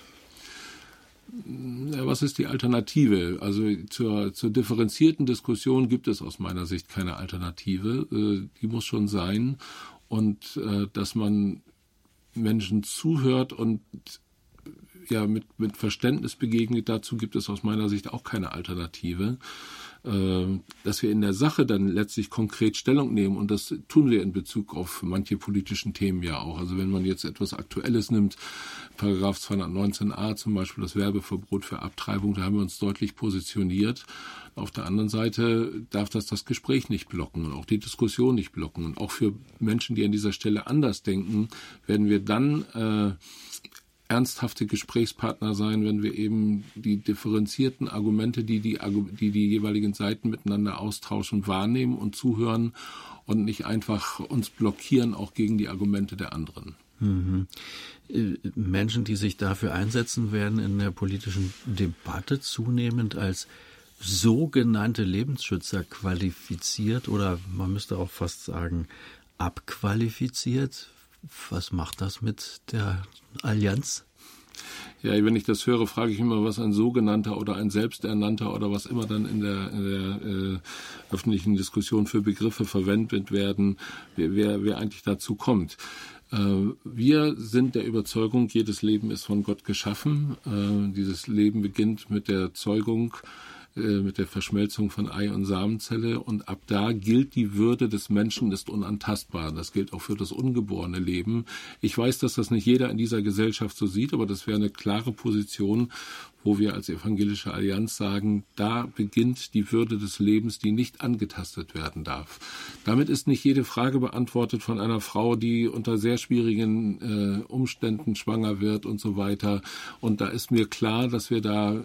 Ja, was ist die Alternative? Also zur differenzierten Diskussion gibt es aus meiner Sicht keine Alternative. Die muss schon sein. Und dass man Menschen zuhört und ja mit Verständnis begegnet, dazu gibt es aus meiner Sicht auch keine Alternative. Dass wir in der Sache dann letztlich konkret Stellung nehmen, und das tun wir in Bezug auf manche politischen Themen ja auch. Also wenn man jetzt etwas Aktuelles nimmt, Paragraph 219a zum Beispiel, das Werbeverbot für Abtreibung, da haben wir uns deutlich positioniert. Auf der anderen Seite darf das Gespräch nicht blocken und auch die Diskussion nicht blocken. Und auch für Menschen, die an dieser Stelle anders denken, werden wir dann ernsthafte Gesprächspartner sein, wenn wir eben die differenzierten Argumente, die jeweiligen Seiten miteinander austauschen, wahrnehmen und zuhören und nicht einfach uns blockieren, auch gegen die Argumente der anderen. Mhm. Menschen, die sich dafür einsetzen, werden in der politischen Debatte zunehmend als sogenannte Lebensschützer qualifiziert oder man müsste auch fast sagen abqualifiziert. Was macht das mit der Allianz? Ja, wenn ich das höre, frage ich immer, was ein sogenannter oder ein selbsternannter oder was immer dann in der öffentlichen Diskussion für Begriffe verwendet werden, wer eigentlich dazu kommt. Wir sind der Überzeugung, jedes Leben ist von Gott geschaffen. Dieses Leben beginnt mit der Zeugung, mit der Verschmelzung von Ei- und Samenzelle, und ab da gilt die Würde des Menschen ist unantastbar. Das gilt auch für das ungeborene Leben. Ich weiß, dass das nicht jeder in dieser Gesellschaft so sieht, aber das wäre eine klare Position, wo wir als Evangelische Allianz sagen, da beginnt die Würde des Lebens, die nicht angetastet werden darf. Damit ist nicht jede Frage beantwortet von einer Frau, die unter sehr schwierigen Umständen schwanger wird und so weiter. Und da ist mir klar, dass wir da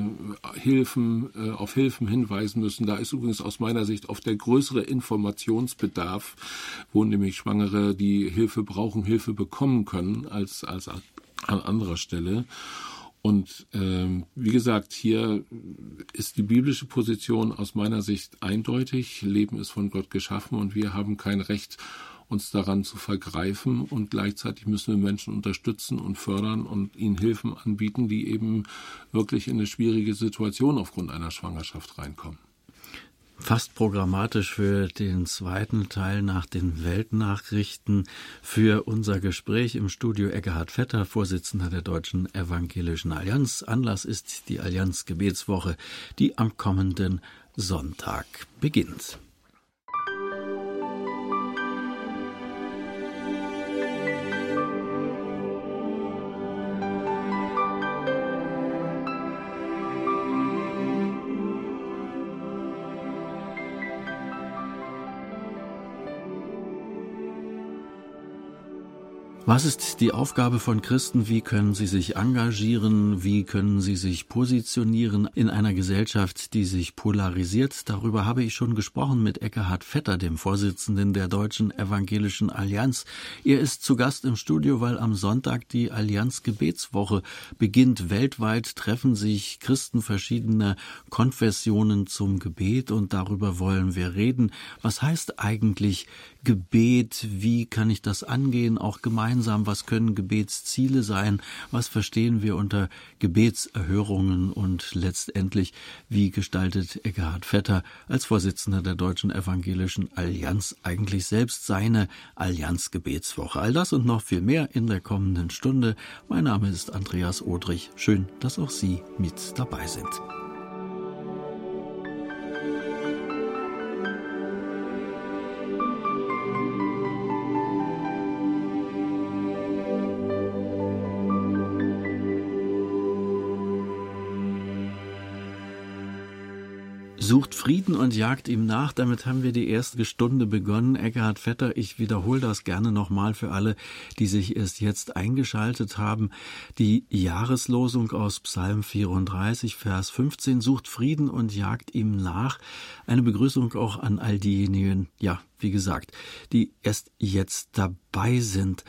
auf Hilfen hinweisen müssen. Da ist übrigens aus meiner Sicht oft der größere Informationsbedarf, wo nämlich Schwangere, die Hilfe brauchen, Hilfe bekommen können, als an anderer Stelle. Und wie gesagt, hier ist die biblische Position aus meiner Sicht eindeutig. Leben ist von Gott geschaffen und wir haben kein Recht, uns daran zu vergreifen. Und gleichzeitig müssen wir Menschen unterstützen und fördern und ihnen Hilfen anbieten, die eben wirklich in eine schwierige Situation aufgrund einer Schwangerschaft reinkommen. Fast programmatisch für den zweiten Teil nach den Weltnachrichten für unser Gespräch im Studio Eckehard Vetter, Vorsitzender der Deutschen Evangelischen Allianz. Anlass ist die Allianz Gebetswoche, die am kommenden Sonntag beginnt. Was ist die Aufgabe von Christen? Wie können sie sich engagieren? Wie können sie sich positionieren in einer Gesellschaft, die sich polarisiert? Darüber habe ich schon gesprochen mit Ekkehard Vetter, dem Vorsitzenden der Deutschen Evangelischen Allianz. Er ist zu Gast im Studio, weil am Sonntag die Allianz-Gebetswoche beginnt. Weltweit treffen sich Christen verschiedener Konfessionen zum Gebet und darüber wollen wir reden. Was heißt eigentlich Gebet? Wie kann ich das angehen, auch gemeinsam? Was können Gebetsziele sein? Was verstehen wir unter Gebetserhörungen? Und letztendlich, wie gestaltet Ekkehard Vetter als Vorsitzender der Deutschen Evangelischen Allianz eigentlich selbst seine Allianz-Gebetswoche? All das und noch viel mehr in der kommenden Stunde. Mein Name ist Andreas Odrich. Schön, dass auch Sie mit dabei sind. Sucht Frieden und jagt ihm nach. Damit haben wir die erste Stunde begonnen. Ekkehard Vetter, ich wiederhole das gerne nochmal für alle, die sich erst jetzt eingeschaltet haben. Die Jahreslosung aus Psalm 34, Vers 15, sucht Frieden und jagt ihm nach. Eine Begrüßung auch an all diejenigen, ja, wie gesagt, die erst jetzt dabei sind.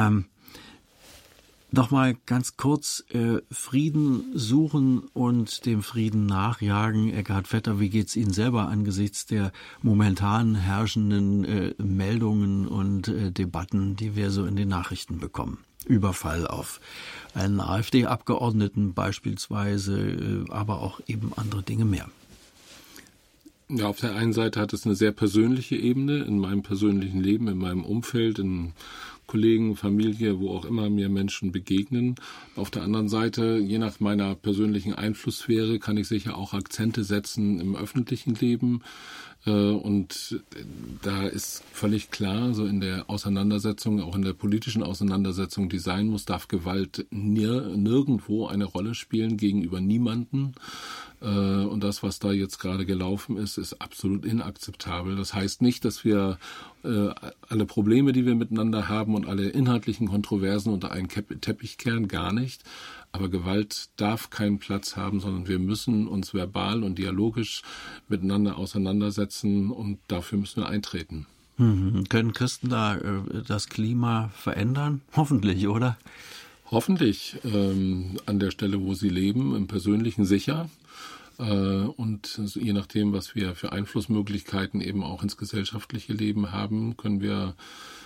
Nochmal ganz kurz, Frieden suchen und dem Frieden nachjagen. Ekkehard Vetter, wie geht's Ihnen selber angesichts der momentan herrschenden Meldungen und Debatten, die wir so in den Nachrichten bekommen? Überfall auf einen AfD-Abgeordneten beispielsweise, aber auch eben andere Dinge mehr. Ja, auf der einen Seite hat es eine sehr persönliche Ebene in meinem persönlichen Leben, in meinem Umfeld, in Kollegen, Familie, wo auch immer mir Menschen begegnen. Auf der anderen Seite, je nach meiner persönlichen Einflusssphäre, kann ich sicher auch Akzente setzen im öffentlichen Leben. Und da ist völlig klar, so in der Auseinandersetzung, auch in der politischen Auseinandersetzung, die sein muss, darf Gewalt nirgendwo eine Rolle spielen, gegenüber niemanden. Und das, was da jetzt gerade gelaufen ist, ist absolut inakzeptabel. Das heißt nicht, dass wir alle Probleme, die wir miteinander haben und alle inhaltlichen Kontroversen unter einen Teppich kehren, gar nicht. Aber Gewalt darf keinen Platz haben, sondern wir müssen uns verbal und dialogisch miteinander auseinandersetzen und dafür müssen wir eintreten. Können Christen da das Klima verändern? Hoffentlich, oder? Hoffentlich an der Stelle, wo sie leben, im Persönlichen sicher. Und je nachdem, was wir für Einflussmöglichkeiten eben auch ins gesellschaftliche Leben haben, können wir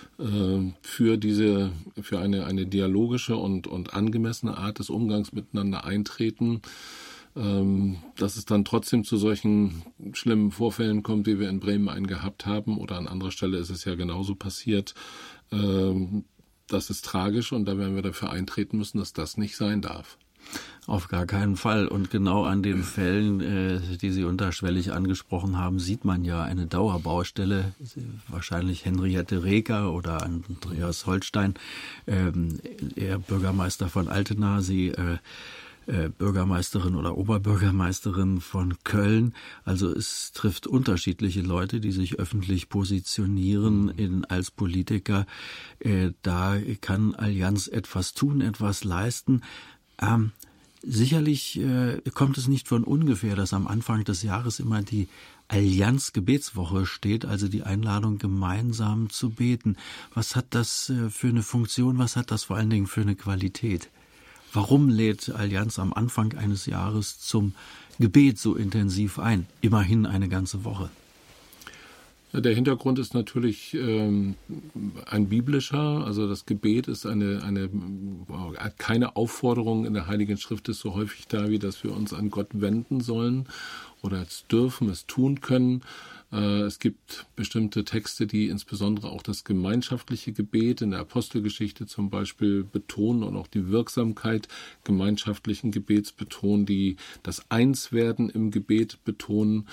für eine dialogische und angemessene Art des Umgangs miteinander eintreten. Dass es dann trotzdem zu solchen schlimmen Vorfällen kommt, wie wir in Bremen einen gehabt haben, oder an anderer Stelle ist es ja genauso passiert. Das ist tragisch und da werden wir dafür eintreten müssen, dass das nicht sein darf. Auf gar keinen Fall. Und genau an den Fällen, die Sie unterschwellig angesprochen haben, sieht man ja eine Dauerbaustelle. Wahrscheinlich Henriette Reker oder Andreas Holstein, er Bürgermeister von Altena, Sie Bürgermeisterin oder Oberbürgermeisterin von Köln. Also es trifft unterschiedliche Leute, die sich öffentlich positionieren als Politiker. Da kann Allianz etwas tun, etwas leisten. Sicherlich kommt es nicht von ungefähr, dass am Anfang des Jahres immer die Allianz-Gebetswoche steht, also die Einladung, gemeinsam zu beten. Was hat das für eine Funktion? Was hat das vor allen Dingen für eine Qualität? Warum lädt Allianz am Anfang eines Jahres zum Gebet so intensiv ein? Immerhin eine ganze Woche. Der Hintergrund ist natürlich ein biblischer, also das Gebet ist keine Aufforderung in der Heiligen Schrift ist so häufig da, wie dass wir uns an Gott wenden sollen oder es dürfen, es tun können. Es gibt bestimmte Texte, die insbesondere auch das gemeinschaftliche Gebet in der Apostelgeschichte zum Beispiel betonen und auch die Wirksamkeit gemeinschaftlichen Gebets betonen, die das Einswerden im Gebet betonen.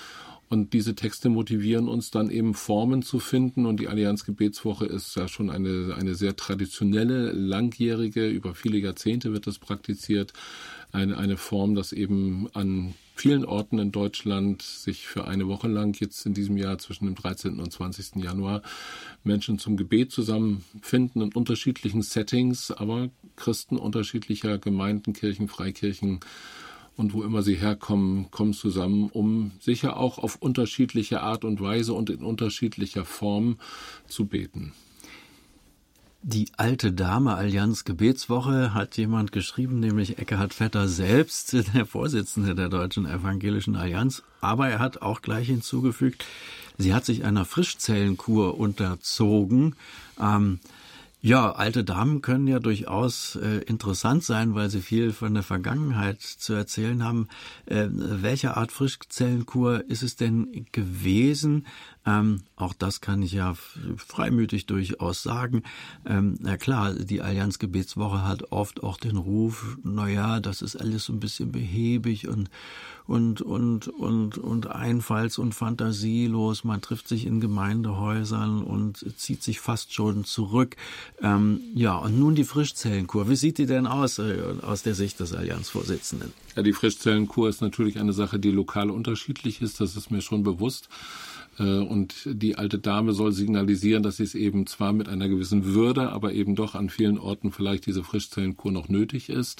Und diese Texte motivieren uns dann eben Formen zu finden. Und die Allianz Gebetswoche ist ja schon eine sehr traditionelle, langjährige, über viele Jahrzehnte wird das praktiziert, eine Form, dass eben an vielen Orten in Deutschland sich für eine Woche lang jetzt in diesem Jahr zwischen dem 13. und 20. Januar Menschen zum Gebet zusammenfinden in unterschiedlichen Settings, aber Christen unterschiedlicher Gemeinden, Kirchen, Freikirchen und wo immer sie herkommen, kommen zusammen, um sicher auch auf unterschiedliche Art und Weise und in unterschiedlicher Form zu beten. Die alte Dame Allianz Gebetswoche hat jemand geschrieben, nämlich Ekkehard Vetter selbst, der Vorsitzende der Deutschen Evangelischen Allianz. Aber er hat auch gleich hinzugefügt, sie hat sich einer Frischzellenkur unterzogen. Ja, alte Damen können ja durchaus interessant sein, weil sie viel von der Vergangenheit zu erzählen haben. Welche Art Frischzellenkur ist es denn gewesen? Auch das kann ich ja freimütig durchaus sagen. Na klar, die Allianz Gebetswoche hat oft auch den Ruf, naja, das ist alles so ein bisschen behäbig und einfalls- und fantasielos. Man trifft sich in Gemeindehäusern und zieht sich fast schon zurück. Ja, und nun die Frischzellenkur. Wie sieht die denn aus der Sicht des Allianzvorsitzenden? Ja, die Frischzellenkur ist natürlich eine Sache, die lokal unterschiedlich ist. Das ist mir schon bewusst. Und die alte Dame soll signalisieren, dass sie es eben zwar mit einer gewissen Würde, aber eben doch an vielen Orten vielleicht diese Frischzellenkur noch nötig ist.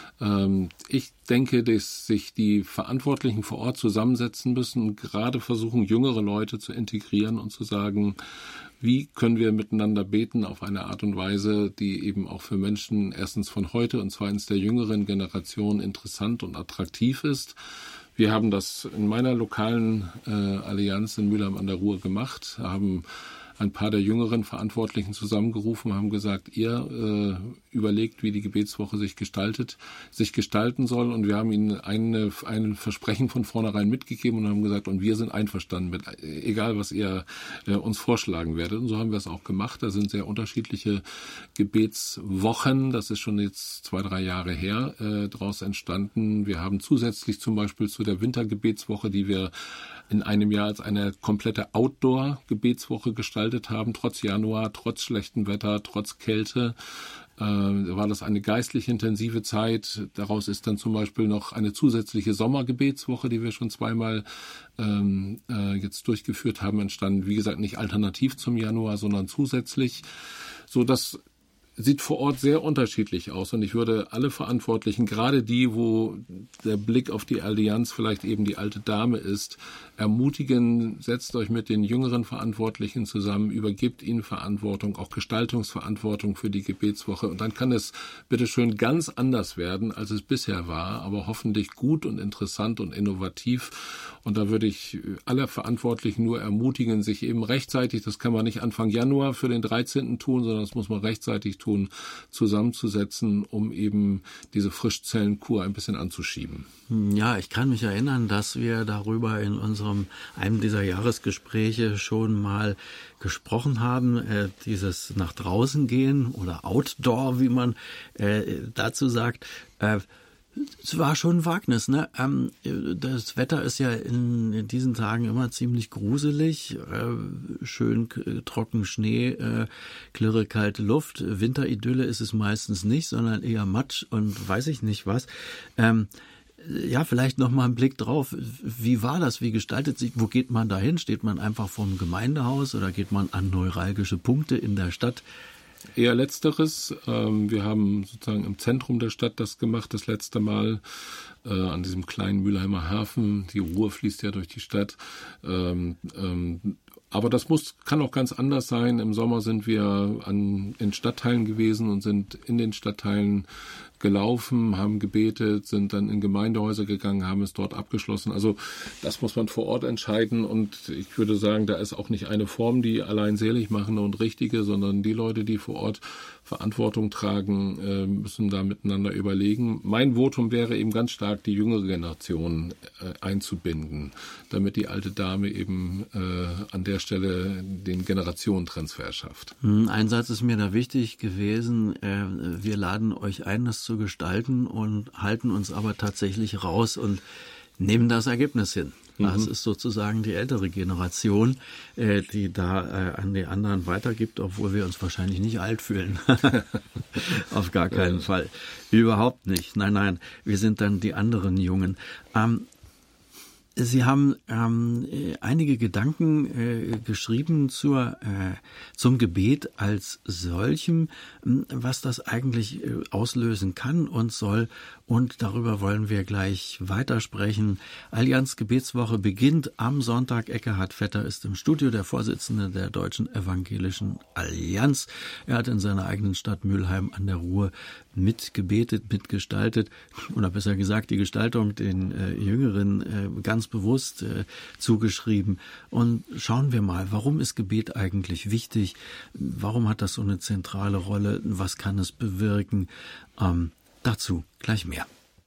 Ich denke, dass sich die Verantwortlichen vor Ort zusammensetzen müssen und gerade versuchen, jüngere Leute zu integrieren und zu sagen, wie können wir miteinander beten auf eine Art und Weise, die eben auch für Menschen erstens von heute und zweitens der jüngeren Generation interessant und attraktiv ist. Wir haben das in meiner lokalen Allianz in Mülheim an der Ruhr gemacht, haben ein paar der jüngeren Verantwortlichen zusammengerufen, haben gesagt, ihr überlegt, wie die Gebetswoche sich gestalten soll. Und wir haben ihnen ein Versprechen von vornherein mitgegeben und haben gesagt, und wir sind einverstanden mit, egal was ihr uns vorschlagen werdet. Und so haben wir es auch gemacht. Da sind sehr unterschiedliche Gebetswochen, das ist schon jetzt 2-3 Jahre her, daraus entstanden. Wir haben zusätzlich zum Beispiel zu der Wintergebetswoche, die wir in einem Jahr als eine komplette Outdoor-Gebetswoche gestaltet haben, trotz Januar, trotz schlechtem Wetter, trotz Kälte, war das eine geistlich intensive Zeit. Daraus ist dann zum Beispiel noch eine zusätzliche Sommergebetswoche, die wir schon zweimal jetzt durchgeführt haben, entstanden. Wie gesagt, nicht alternativ zum Januar, sondern zusätzlich, so dass sieht vor Ort sehr unterschiedlich aus und ich würde alle Verantwortlichen, gerade die, wo der Blick auf die Allianz vielleicht eben die alte Dame ist, ermutigen, setzt euch mit den jüngeren Verantwortlichen zusammen, übergebt ihnen Verantwortung, auch Gestaltungsverantwortung für die Gebetswoche und dann kann es bitteschön ganz anders werden, als es bisher war, aber hoffentlich gut und interessant und innovativ und da würde ich alle Verantwortlichen nur ermutigen, sich eben rechtzeitig, das kann man nicht Anfang Januar für den 13. tun, sondern das muss man rechtzeitig tun, zusammenzusetzen, um eben diese Frischzellenkur ein bisschen anzuschieben. Ja, ich kann mich erinnern, dass wir darüber in einem dieser Jahresgespräche schon mal gesprochen haben, dieses nach draußen gehen oder Outdoor, wie man dazu sagt. Es war schon ein Wagnis, ne? Das Wetter ist ja in diesen Tagen immer ziemlich gruselig. Schön trocken Schnee, klirre kalte Luft. Winteridylle ist es meistens nicht, sondern eher Matsch und weiß ich nicht was. Ja, vielleicht noch mal einen Blick drauf. Wie war das? Wie gestaltet sich? Wo geht man dahin? Steht man einfach vorm Gemeindehaus oder geht man an neuralgische Punkte in der Stadt? Eher Letzteres. Wir haben sozusagen im Zentrum der Stadt das gemacht, das letzte Mal an diesem kleinen Mülheimer Hafen. Die Ruhr fließt ja durch die Stadt. Aber das kann auch ganz anders sein. Im Sommer sind wir in Stadtteilen gewesen und sind in den Stadtteilen gelaufen, haben gebetet, sind dann in Gemeindehäuser gegangen, haben es dort abgeschlossen. Also das muss man vor Ort entscheiden und ich würde sagen, da ist auch nicht eine Form, die allein selig machende und richtige, sondern die Leute, die vor Ort Verantwortung tragen, müssen da miteinander überlegen. Mein Votum wäre eben ganz stark, die jüngere Generation einzubinden, damit die alte Dame eben an der Stelle den Generationentransfer schafft. Ein Satz ist mir da wichtig gewesen. Wir laden euch ein, das zu gestalten und halten uns aber tatsächlich raus und nehmen das Ergebnis hin. Das ist sozusagen die ältere Generation, die da an die anderen weitergibt, obwohl wir uns wahrscheinlich nicht alt fühlen. Auf gar keinen Fall. Überhaupt nicht. Nein, wir sind dann die anderen Jungen. Sie haben einige Gedanken geschrieben zum Gebet als solchem, was das eigentlich auslösen kann und soll. Und darüber wollen wir gleich weitersprechen. Allianz Gebetswoche beginnt am Sonntag. Ekkehard Vetter ist im Studio, der Vorsitzende der Deutschen Evangelischen Allianz. Er hat in seiner eigenen Stadt Mülheim an der Ruhr mitgebetet, mitgestaltet, oder besser gesagt die Gestaltung den Jüngeren ganz bewusst zugeschrieben. Und schauen wir mal, warum ist Gebet eigentlich wichtig? Warum hat das so eine zentrale Rolle? Was kann es bewirken? Dazu gleich mehr.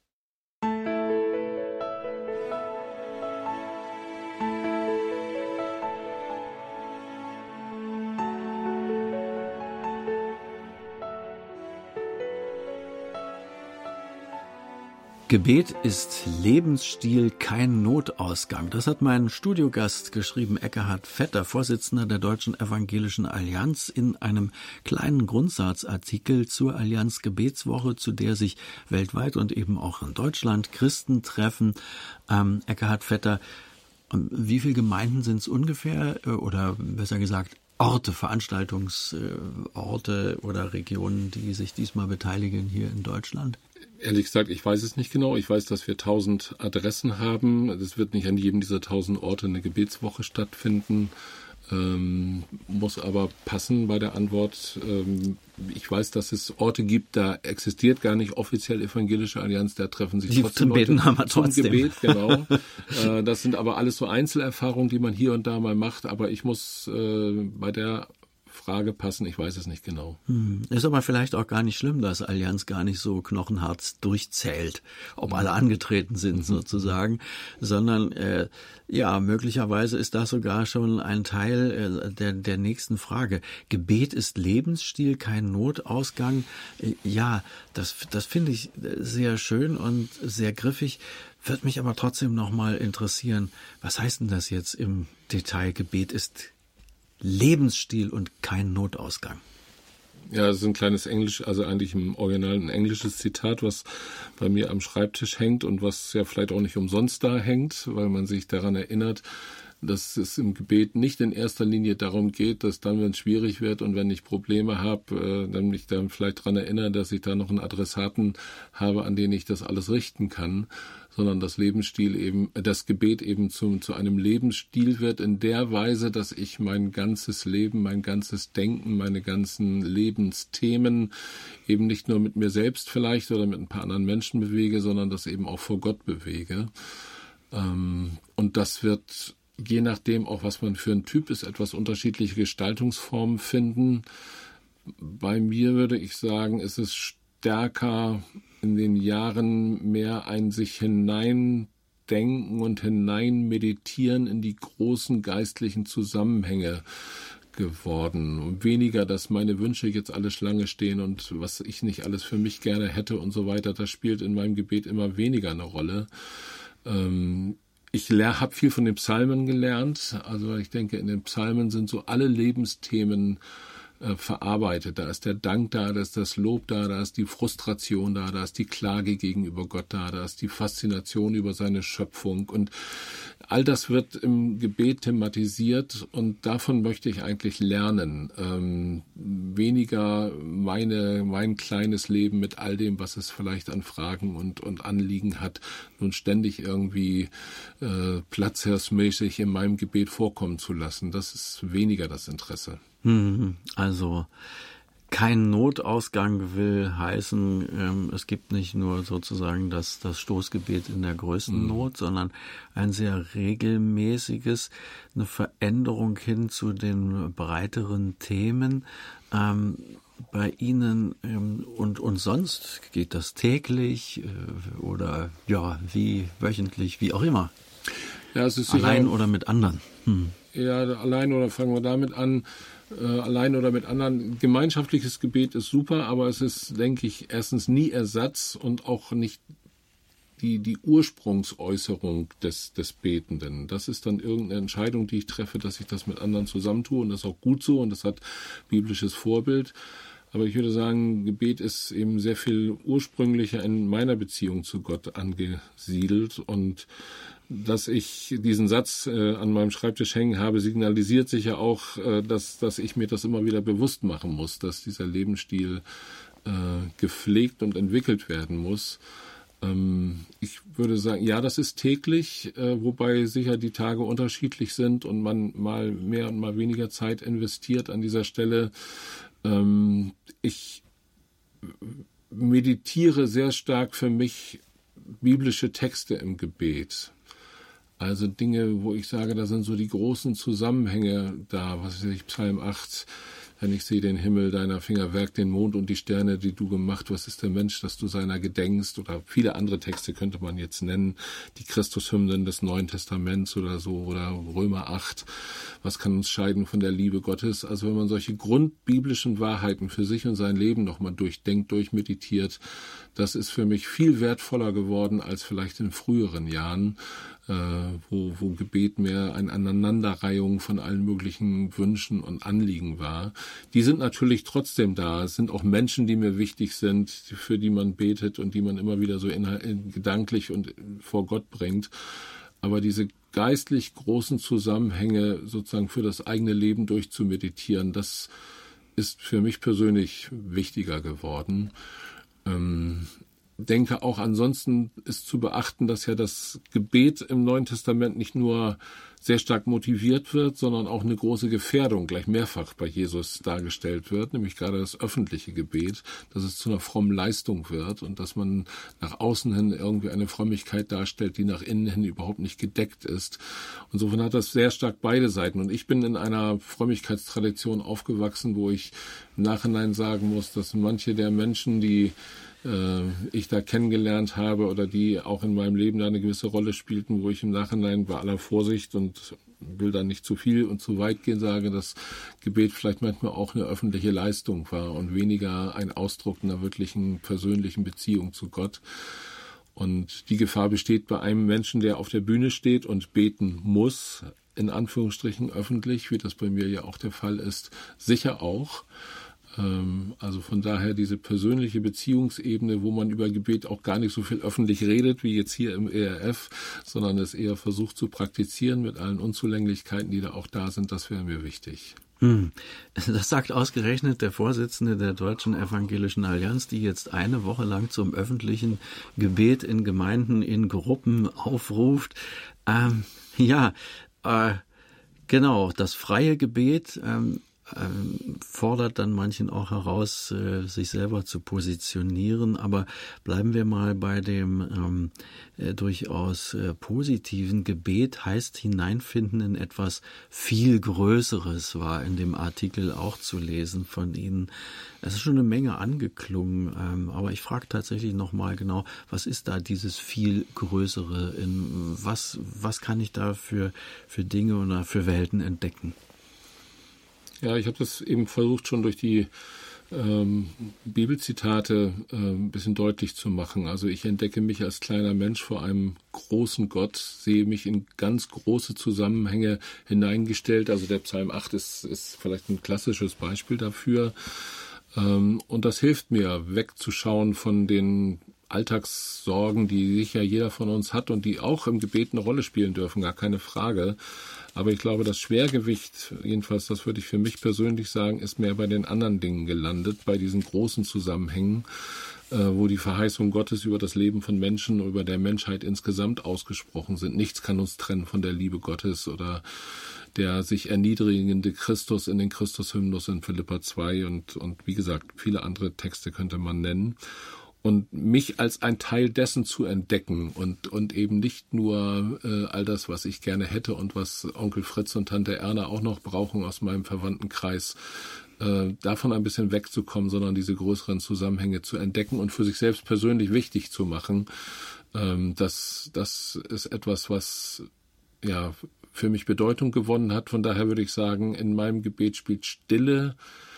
Gebet ist Lebensstil, kein Notausgang. Das hat mein Studiogast geschrieben, Ekkehard Vetter, Vorsitzender der Deutschen Evangelischen Allianz, in einem kleinen Grundsatzartikel zur Allianz Gebetswoche, zu der sich weltweit und eben auch in Deutschland Christen treffen. Ekkehard Vetter, wie viele Gemeinden sind es ungefähr, oder besser gesagt Orte, Veranstaltungsorte oder Regionen, die sich diesmal beteiligen hier in Deutschland? Ehrlich gesagt, ich weiß es nicht genau. Ich weiß, dass wir 1000 Adressen haben. Es wird nicht an jedem dieser 1000 Orte eine Gebetswoche stattfinden. Muss aber passen bei der Antwort. Ich weiß, dass es Orte gibt, da existiert gar nicht offiziell Evangelische Allianz, da treffen sich trotzdem Leute zum Gebet. Genau. Das sind aber alles so Einzelerfahrungen, die man hier und da mal macht. Aber ich muss bei der Frage passen, ich weiß es nicht genau. Ist aber vielleicht auch gar nicht schlimm, dass Allianz gar nicht so knochenhart durchzählt, ob alle angetreten sind sozusagen, sondern möglicherweise ist das sogar schon ein Teil der nächsten Frage. Gebet ist Lebensstil, kein Notausgang. Das finde ich sehr schön und sehr griffig. Würde mich aber trotzdem noch mal interessieren, was heißt denn das jetzt im Detail? Gebet ist Lebensstil und kein Notausgang. Ja, das ist ein kleines Englisch, also eigentlich im Original ein englisches Zitat, was bei mir am Schreibtisch hängt und was ja vielleicht auch nicht umsonst da hängt, weil man sich daran erinnert, dass es im Gebet nicht in erster Linie darum geht, dass dann, wenn es schwierig wird und wenn ich Probleme habe, dann mich dann vielleicht daran erinnere, dass ich da noch einen Adressaten habe, an den ich das alles richten kann, sondern das Gebet eben zu einem Lebensstil wird in der Weise, dass ich mein ganzes Leben, mein ganzes Denken, meine ganzen Lebensthemen eben nicht nur mit mir selbst vielleicht oder mit ein paar anderen Menschen bewege, sondern das eben auch vor Gott bewege. Und das wird je nachdem auch, was man für ein Typ ist, etwas unterschiedliche Gestaltungsformen finden. Bei mir würde ich sagen, ist es stärker in den Jahren mehr ein sich hineindenken und hineinmeditieren in die großen geistlichen Zusammenhänge geworden. Und weniger, dass meine Wünsche jetzt alle Schlange stehen und was ich nicht alles für mich gerne hätte und so weiter. Das spielt in meinem Gebet immer weniger eine Rolle. Ich habe viel von den Psalmen gelernt. Also ich denke, in den Psalmen sind so alle Lebensthemen verarbeitet. Da ist der Dank da ist das Lob da ist die Frustration da ist die Klage gegenüber Gott da ist die Faszination über seine Schöpfung. Und all das wird im Gebet thematisiert und davon möchte ich eigentlich lernen. Weniger mein kleines Leben mit all dem, was es vielleicht an Fragen und Anliegen hat, nun ständig irgendwie platzhirschmäßig in meinem Gebet vorkommen zu lassen. Das ist weniger das Interesse. Also kein Notausgang will heißen, es gibt nicht nur sozusagen das Stoßgebet in der größten Not, sondern ein sehr regelmäßiges, eine Veränderung hin zu den breiteren Themen. Bei Ihnen und sonst geht das täglich oder wie wöchentlich, wie auch immer. Ja, es ist allein oder mit anderen. Ja, allein oder fangen wir damit an. Allein oder mit anderen. Gemeinschaftliches Gebet ist super, aber es ist, denke ich, erstens nie Ersatz und auch nicht die Ursprungsäußerung des Betenden. Das ist dann irgendeine Entscheidung, die ich treffe, dass ich das mit anderen zusammentue, und das ist auch gut so und das hat biblisches Vorbild. Aber ich würde sagen, Gebet ist eben sehr viel ursprünglicher in meiner Beziehung zu Gott angesiedelt, und dass ich diesen Satz an meinem Schreibtisch hängen habe, signalisiert sicher auch, dass ich mir das immer wieder bewusst machen muss, dass dieser Lebensstil gepflegt und entwickelt werden muss. Ich würde sagen, ja, das ist täglich, wobei sicher die Tage unterschiedlich sind und man mal mehr und mal weniger Zeit investiert an dieser Stelle. Ich meditiere sehr stark für mich biblische Texte im Gebet. Also Dinge, wo ich sage, da sind so die großen Zusammenhänge da. Was weiß ich, Psalm 8, wenn ich sehe den Himmel, deiner Fingerwerk, den Mond und die Sterne, die du gemacht, was ist der Mensch, dass du seiner gedenkst? Oder viele andere Texte könnte man jetzt nennen, die Christushymnen des Neuen Testaments oder so, oder Römer 8, was kann uns scheiden von der Liebe Gottes? Also wenn man solche grundbiblischen Wahrheiten für sich und sein Leben nochmal durchdenkt, durchmeditiert, das ist für mich viel wertvoller geworden als vielleicht in früheren Jahren, wo Gebet mehr eine Aneinanderreihung von allen möglichen Wünschen und Anliegen war. Die sind natürlich trotzdem da. Es sind auch Menschen, die mir wichtig sind, für die man betet und die man immer wieder so gedanklich und vor Gott bringt. Aber diese geistlich großen Zusammenhänge sozusagen für das eigene Leben durchzumeditieren, das ist für mich persönlich wichtiger geworden. Denke auch ansonsten ist zu beachten, dass ja das Gebet im Neuen Testament nicht nur sehr stark motiviert wird, sondern auch eine große Gefährdung gleich mehrfach bei Jesus dargestellt wird, nämlich gerade das öffentliche Gebet, dass es zu einer frommen Leistung wird und dass man nach außen hin irgendwie eine Frömmigkeit darstellt, die nach innen hin überhaupt nicht gedeckt ist. Insofern hat das sehr stark beide Seiten. Und ich bin in einer Frömmigkeitstradition aufgewachsen, wo ich im Nachhinein sagen muss, dass manche der Menschen, die ich da kennengelernt habe oder die auch in meinem Leben da eine gewisse Rolle spielten, wo ich im Nachhinein bei aller Vorsicht und will da nicht zu viel und zu weit gehen, sage, dass Gebet vielleicht manchmal auch eine öffentliche Leistung war und weniger ein Ausdruck einer wirklichen persönlichen Beziehung zu Gott. Und die Gefahr besteht bei einem Menschen, der auf der Bühne steht und beten muss, in Anführungsstrichen öffentlich, wie das bei mir ja auch der Fall ist, sicher auch. Also von daher diese persönliche Beziehungsebene, wo man über Gebet auch gar nicht so viel öffentlich redet, wie jetzt hier im ERF, sondern es eher versucht zu praktizieren mit allen Unzulänglichkeiten, die da auch da sind, das wäre mir wichtig. Das sagt ausgerechnet der Vorsitzende der Deutschen Evangelischen Allianz, die jetzt eine Woche lang zum öffentlichen Gebet in Gemeinden, in Gruppen aufruft. Genau, das freie Gebet fordert dann manchen auch heraus, sich selber zu positionieren. Aber bleiben wir mal bei dem durchaus positiven Gebet, heißt hineinfinden in etwas viel Größeres, war in dem Artikel auch zu lesen von Ihnen. Es ist schon eine Menge angeklungen, aber ich frage tatsächlich nochmal genau, was ist da dieses viel Größere? Was kann ich da für Dinge oder für Welten entdecken? Ja, ich habe das eben versucht, schon durch die Bibelzitate ein bisschen deutlich zu machen. Also ich entdecke mich als kleiner Mensch vor einem großen Gott, sehe mich in ganz große Zusammenhänge hineingestellt. Also der Psalm 8 ist vielleicht ein klassisches Beispiel dafür. Und das hilft mir, wegzuschauen von den Alltagssorgen, die sicher jeder von uns hat und die auch im Gebet eine Rolle spielen dürfen, gar keine Frage. Aber ich glaube, das Schwergewicht, jedenfalls das würde ich für mich persönlich sagen, ist mehr bei den anderen Dingen gelandet, bei diesen großen Zusammenhängen, wo die Verheißungen Gottes über das Leben von Menschen, über der Menschheit insgesamt ausgesprochen sind. Nichts kann uns trennen von der Liebe Gottes oder der sich erniedrigende Christus in den Christushymnus in Philipper 2 und wie gesagt, viele andere Texte könnte man nennen. Und mich als ein Teil dessen zu entdecken und eben nicht nur all das, was ich gerne hätte und was Onkel Fritz und Tante Erna auch noch brauchen aus meinem Verwandtenkreis, davon ein bisschen wegzukommen, sondern diese größeren Zusammenhänge zu entdecken und für sich selbst persönlich wichtig zu machen. Das ist etwas, was ja für mich Bedeutung gewonnen hat. Von daher würde ich sagen, in meinem Gebet spielt Stille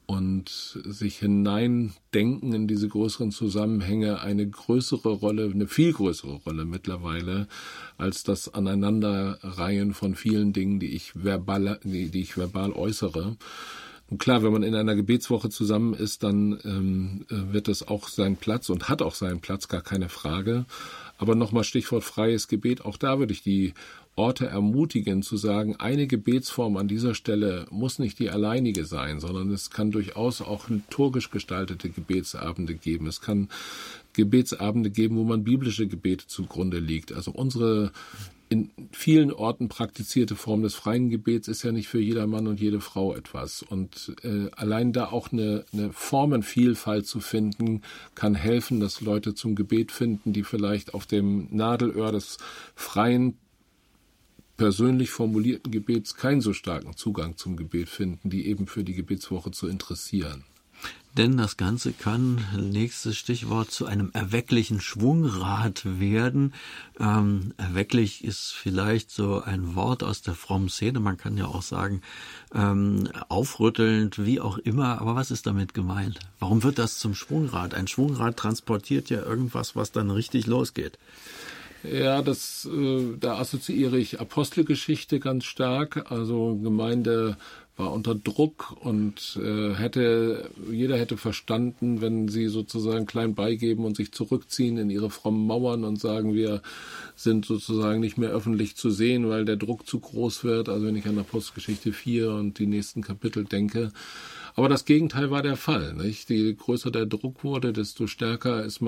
und sich hineindenken in diese größeren Zusammenhänge eine viel größere Rolle mittlerweile als das Aneinanderreihen von vielen Dingen, die ich verbal äußere. Und klar, wenn man in einer Gebetswoche zusammen ist, dann wird es auch seinen Platz und hat auch seinen Platz, gar keine Frage. Aber nochmal Stichwort freies Gebet, auch da würde ich die Orte ermutigen, zu sagen, eine Gebetsform an dieser Stelle muss nicht die alleinige sein, sondern es kann durchaus auch liturgisch gestaltete Gebetsabende geben. Es kann Gebetsabende geben, wo man biblische Gebete zugrunde liegt. Also unsere in vielen Orten praktizierte Form des freien Gebets ist ja nicht für jeder Mann und jede Frau etwas. Und allein da auch eine Formenvielfalt zu finden, kann helfen, dass Leute zum Gebet finden, die vielleicht auf dem Nadelöhr des freien, persönlich formulierten Gebets keinen so starken Zugang zum Gebet finden, die eben für die Gebetswoche zu interessieren. Denn das Ganze kann, nächstes Stichwort, zu einem erwecklichen Schwungrad werden. Erwecklich ist vielleicht so ein Wort aus der frommen Szene. Man kann ja auch sagen, aufrüttelnd, wie auch immer. Aber was ist damit gemeint? Warum wird das zum Schwungrad? Ein Schwungrad transportiert ja irgendwas, was dann richtig losgeht. Ja, da assoziiere ich Apostelgeschichte ganz stark. Also Gemeinde war unter Druck und jeder hätte verstanden, wenn sie sozusagen klein beigeben und sich zurückziehen in ihre frommen Mauern und sagen, wir sind sozusagen nicht mehr öffentlich zu sehen, weil der Druck zu groß wird. Also wenn ich an Apostelgeschichte 4 und die nächsten Kapitel denke. Aber das Gegenteil war der Fall, nicht? Je größer der Druck wurde, desto stärker hat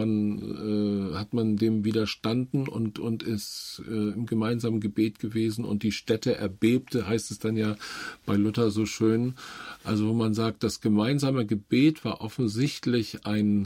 man dem widerstanden und ist im gemeinsamen Gebet gewesen und die Stätte erbebte, heißt es dann ja bei Luther so schön. Also wo man sagt, das gemeinsame Gebet war offensichtlich ein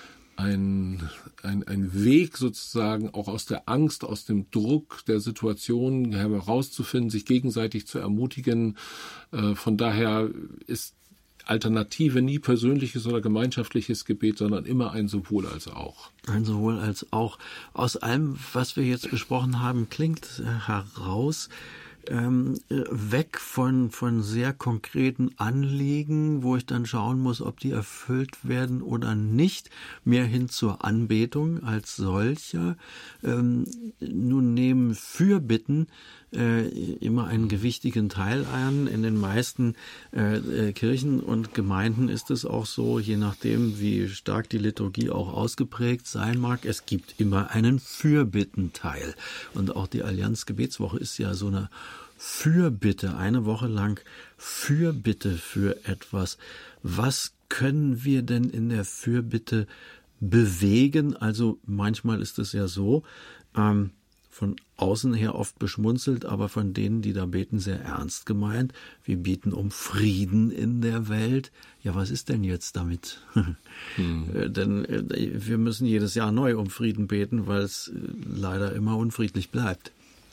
Weg sozusagen auch aus der Angst, aus dem Druck der Situation herauszufinden, sich gegenseitig zu ermutigen. Von daher ist Alternative nie persönliches oder gemeinschaftliches Gebet, sondern immer ein sowohl als auch. Ein sowohl als auch. Aus allem, was wir jetzt besprochen haben, klingt heraus, weg von sehr konkreten Anliegen, wo ich dann schauen muss, ob die erfüllt werden oder nicht, mehr hin zur Anbetung als solcher. Nun nehmen Fürbitten immer einen gewichtigen Teil ein. In den meisten Kirchen und Gemeinden ist es auch so, je nachdem, wie stark die Liturgie auch ausgeprägt sein mag, es gibt immer einen Fürbittenteil. Und auch die Allianz Gebetswoche ist ja so eine Fürbitte, eine Woche lang Fürbitte für etwas. Was können wir denn in der Fürbitte bewegen? Also manchmal ist es ja so, von außen her oft beschmunzelt, aber von denen, die da beten, sehr ernst gemeint. Wir beten um Frieden in der Welt. Ja, was ist denn jetzt damit? Denn wir müssen jedes Jahr neu um Frieden beten, weil es leider immer unfriedlich bleibt.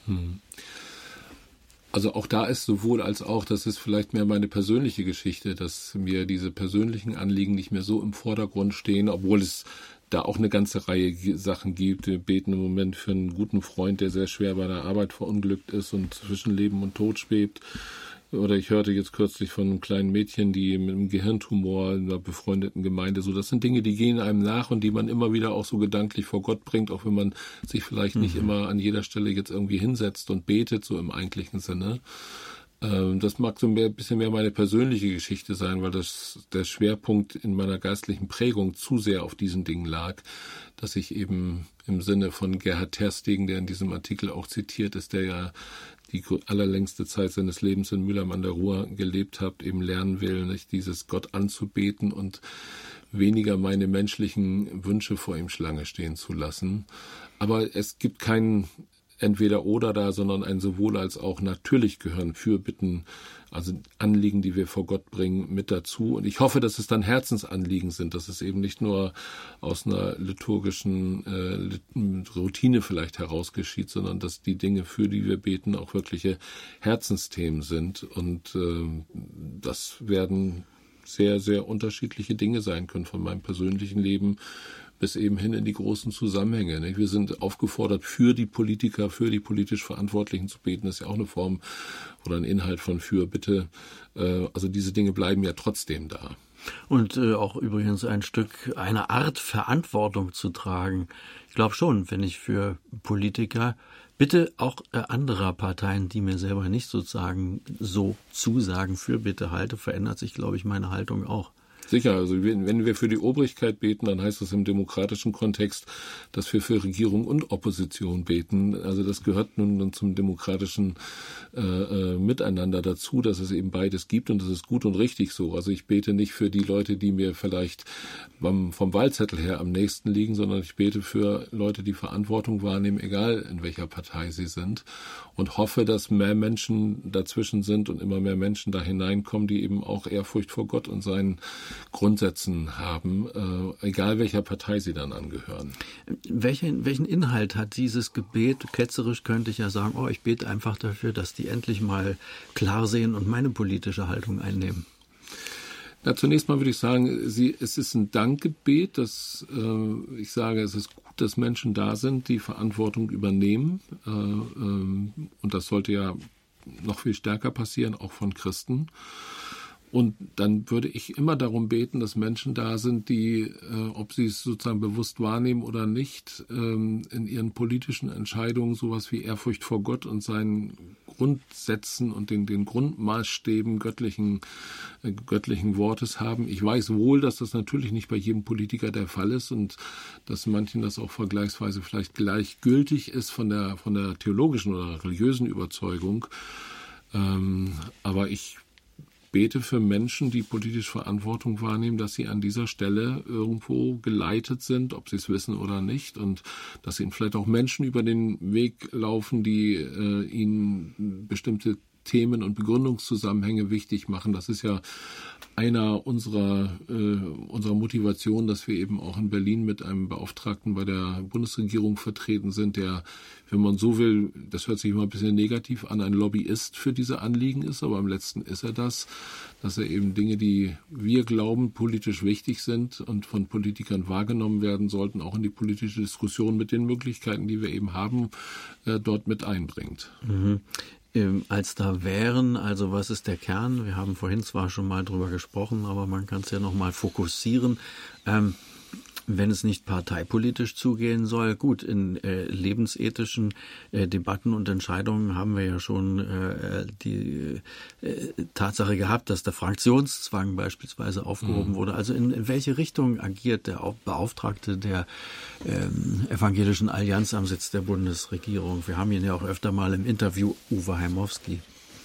Also auch da ist sowohl als auch, das ist vielleicht mehr meine persönliche Geschichte, dass mir diese persönlichen Anliegen nicht mehr so im Vordergrund stehen, obwohl es da auch eine ganze Reihe Sachen gibt. Wir beten im Moment für einen guten Freund, der sehr schwer bei der Arbeit verunglückt ist und zwischen Leben und Tod schwebt. Oder ich hörte jetzt kürzlich von einem kleinen Mädchen, die mit einem Gehirntumor in einer befreundeten Gemeinde, so das sind Dinge, die gehen einem nach und die man immer wieder auch so gedanklich vor Gott bringt, auch wenn man sich vielleicht nicht immer an jeder Stelle jetzt irgendwie hinsetzt und betet, so im eigentlichen Sinne. Das mag so ein bisschen mehr meine persönliche Geschichte sein, weil der Schwerpunkt in meiner geistlichen Prägung zu sehr auf diesen Dingen lag, dass ich eben im Sinne von Gerhard Terstegen, der in diesem Artikel auch zitiert ist, der ja die allerlängste Zeit seines Lebens in Mülheim an der Ruhr gelebt hat, eben lernen will, nicht dieses Gott anzubeten und weniger meine menschlichen Wünsche vor ihm Schlange stehen zu lassen. Aber es gibt keinen entweder oder da, sondern ein sowohl als auch. Natürlich gehören Fürbitten, also Anliegen, die wir vor Gott bringen, mit dazu. Und ich hoffe, dass es dann Herzensanliegen sind, dass es eben nicht nur aus einer liturgischen Routine vielleicht heraus geschieht, sondern dass die Dinge, für die wir beten, auch wirkliche Herzensthemen sind. Und das werden sehr, sehr unterschiedliche Dinge sein können von meinem persönlichen Leben bis eben hin in die großen Zusammenhänge. Nicht? Wir sind aufgefordert, für die Politiker, für die politisch Verantwortlichen zu beten. Das ist ja auch eine Form oder ein Inhalt von Fürbitte. Also diese Dinge bleiben ja trotzdem da. Und auch übrigens eine Art Verantwortung zu tragen. Ich glaube schon, wenn ich für Politiker, bitte auch anderer Parteien, die mir selber nicht sozusagen so Zusagen für bitte halte, verändert sich, glaube ich, meine Haltung auch. Sicher, also wenn wir für die Obrigkeit beten, dann heißt das im demokratischen Kontext, dass wir für Regierung und Opposition beten. Also das gehört nun zum demokratischen Miteinander dazu, dass es eben beides gibt, und das ist gut und richtig so. Also ich bete nicht für die Leute, die mir vielleicht vom Wahlzettel her am nächsten liegen, sondern ich bete für Leute, die Verantwortung wahrnehmen, egal in welcher Partei sie sind, und hoffe, dass mehr Menschen dazwischen sind und immer mehr Menschen da hineinkommen, die eben auch Ehrfurcht vor Gott und seinen Grundsätzen haben, egal welcher Partei sie dann angehören. Welchen Inhalt hat dieses Gebet? Ketzerisch könnte ich ja sagen, ich bete einfach dafür, dass die endlich mal klar sehen und meine politische Haltung einnehmen. Na, zunächst mal würde ich sagen, es ist ein Dankgebet, dass ich sage, es ist gut, dass Menschen da sind, die Verantwortung übernehmen. Und das sollte ja noch viel stärker passieren, auch von Christen. Und dann würde ich immer darum beten, dass Menschen da sind, die, ob sie es sozusagen bewusst wahrnehmen oder nicht, in ihren politischen Entscheidungen sowas wie Ehrfurcht vor Gott und seinen Grundsätzen und den Grundmaßstäben göttlichen Wortes haben. Ich weiß wohl, dass das natürlich nicht bei jedem Politiker der Fall ist und dass manchen das auch vergleichsweise vielleicht gleichgültig ist von der theologischen oder religiösen Überzeugung. Aber ich bete für Menschen, die politisch Verantwortung wahrnehmen, dass sie an dieser Stelle irgendwo geleitet sind, ob sie es wissen oder nicht, und dass ihnen vielleicht auch Menschen über den Weg laufen, die ihnen bestimmte Themen und Begründungszusammenhänge wichtig machen. Das ist ja einer unserer Motivation, dass wir eben auch in Berlin mit einem Beauftragten bei der Bundesregierung vertreten sind, der, wenn man so will, das hört sich immer ein bisschen negativ an, ein Lobbyist für diese Anliegen ist, aber am letzten ist er das, dass er eben Dinge, die wir glauben, politisch wichtig sind und von Politikern wahrgenommen werden sollten, auch in die politische Diskussion mit den Möglichkeiten, die wir eben haben, dort mit einbringt. Mhm. Als da wären, also was ist der Kern? Wir haben vorhin zwar schon mal drüber gesprochen, aber man kann es ja noch mal fokussieren. Wenn es nicht parteipolitisch zugehen soll, gut, in lebensethischen Debatten und Entscheidungen haben wir ja schon die Tatsache gehabt, dass der Fraktionszwang beispielsweise aufgehoben wurde. Also in welche Richtung agiert der Beauftragte der Evangelischen Allianz am Sitz der Bundesregierung? Wir haben ihn ja auch öfter mal im Interview, Uwe Heimowski.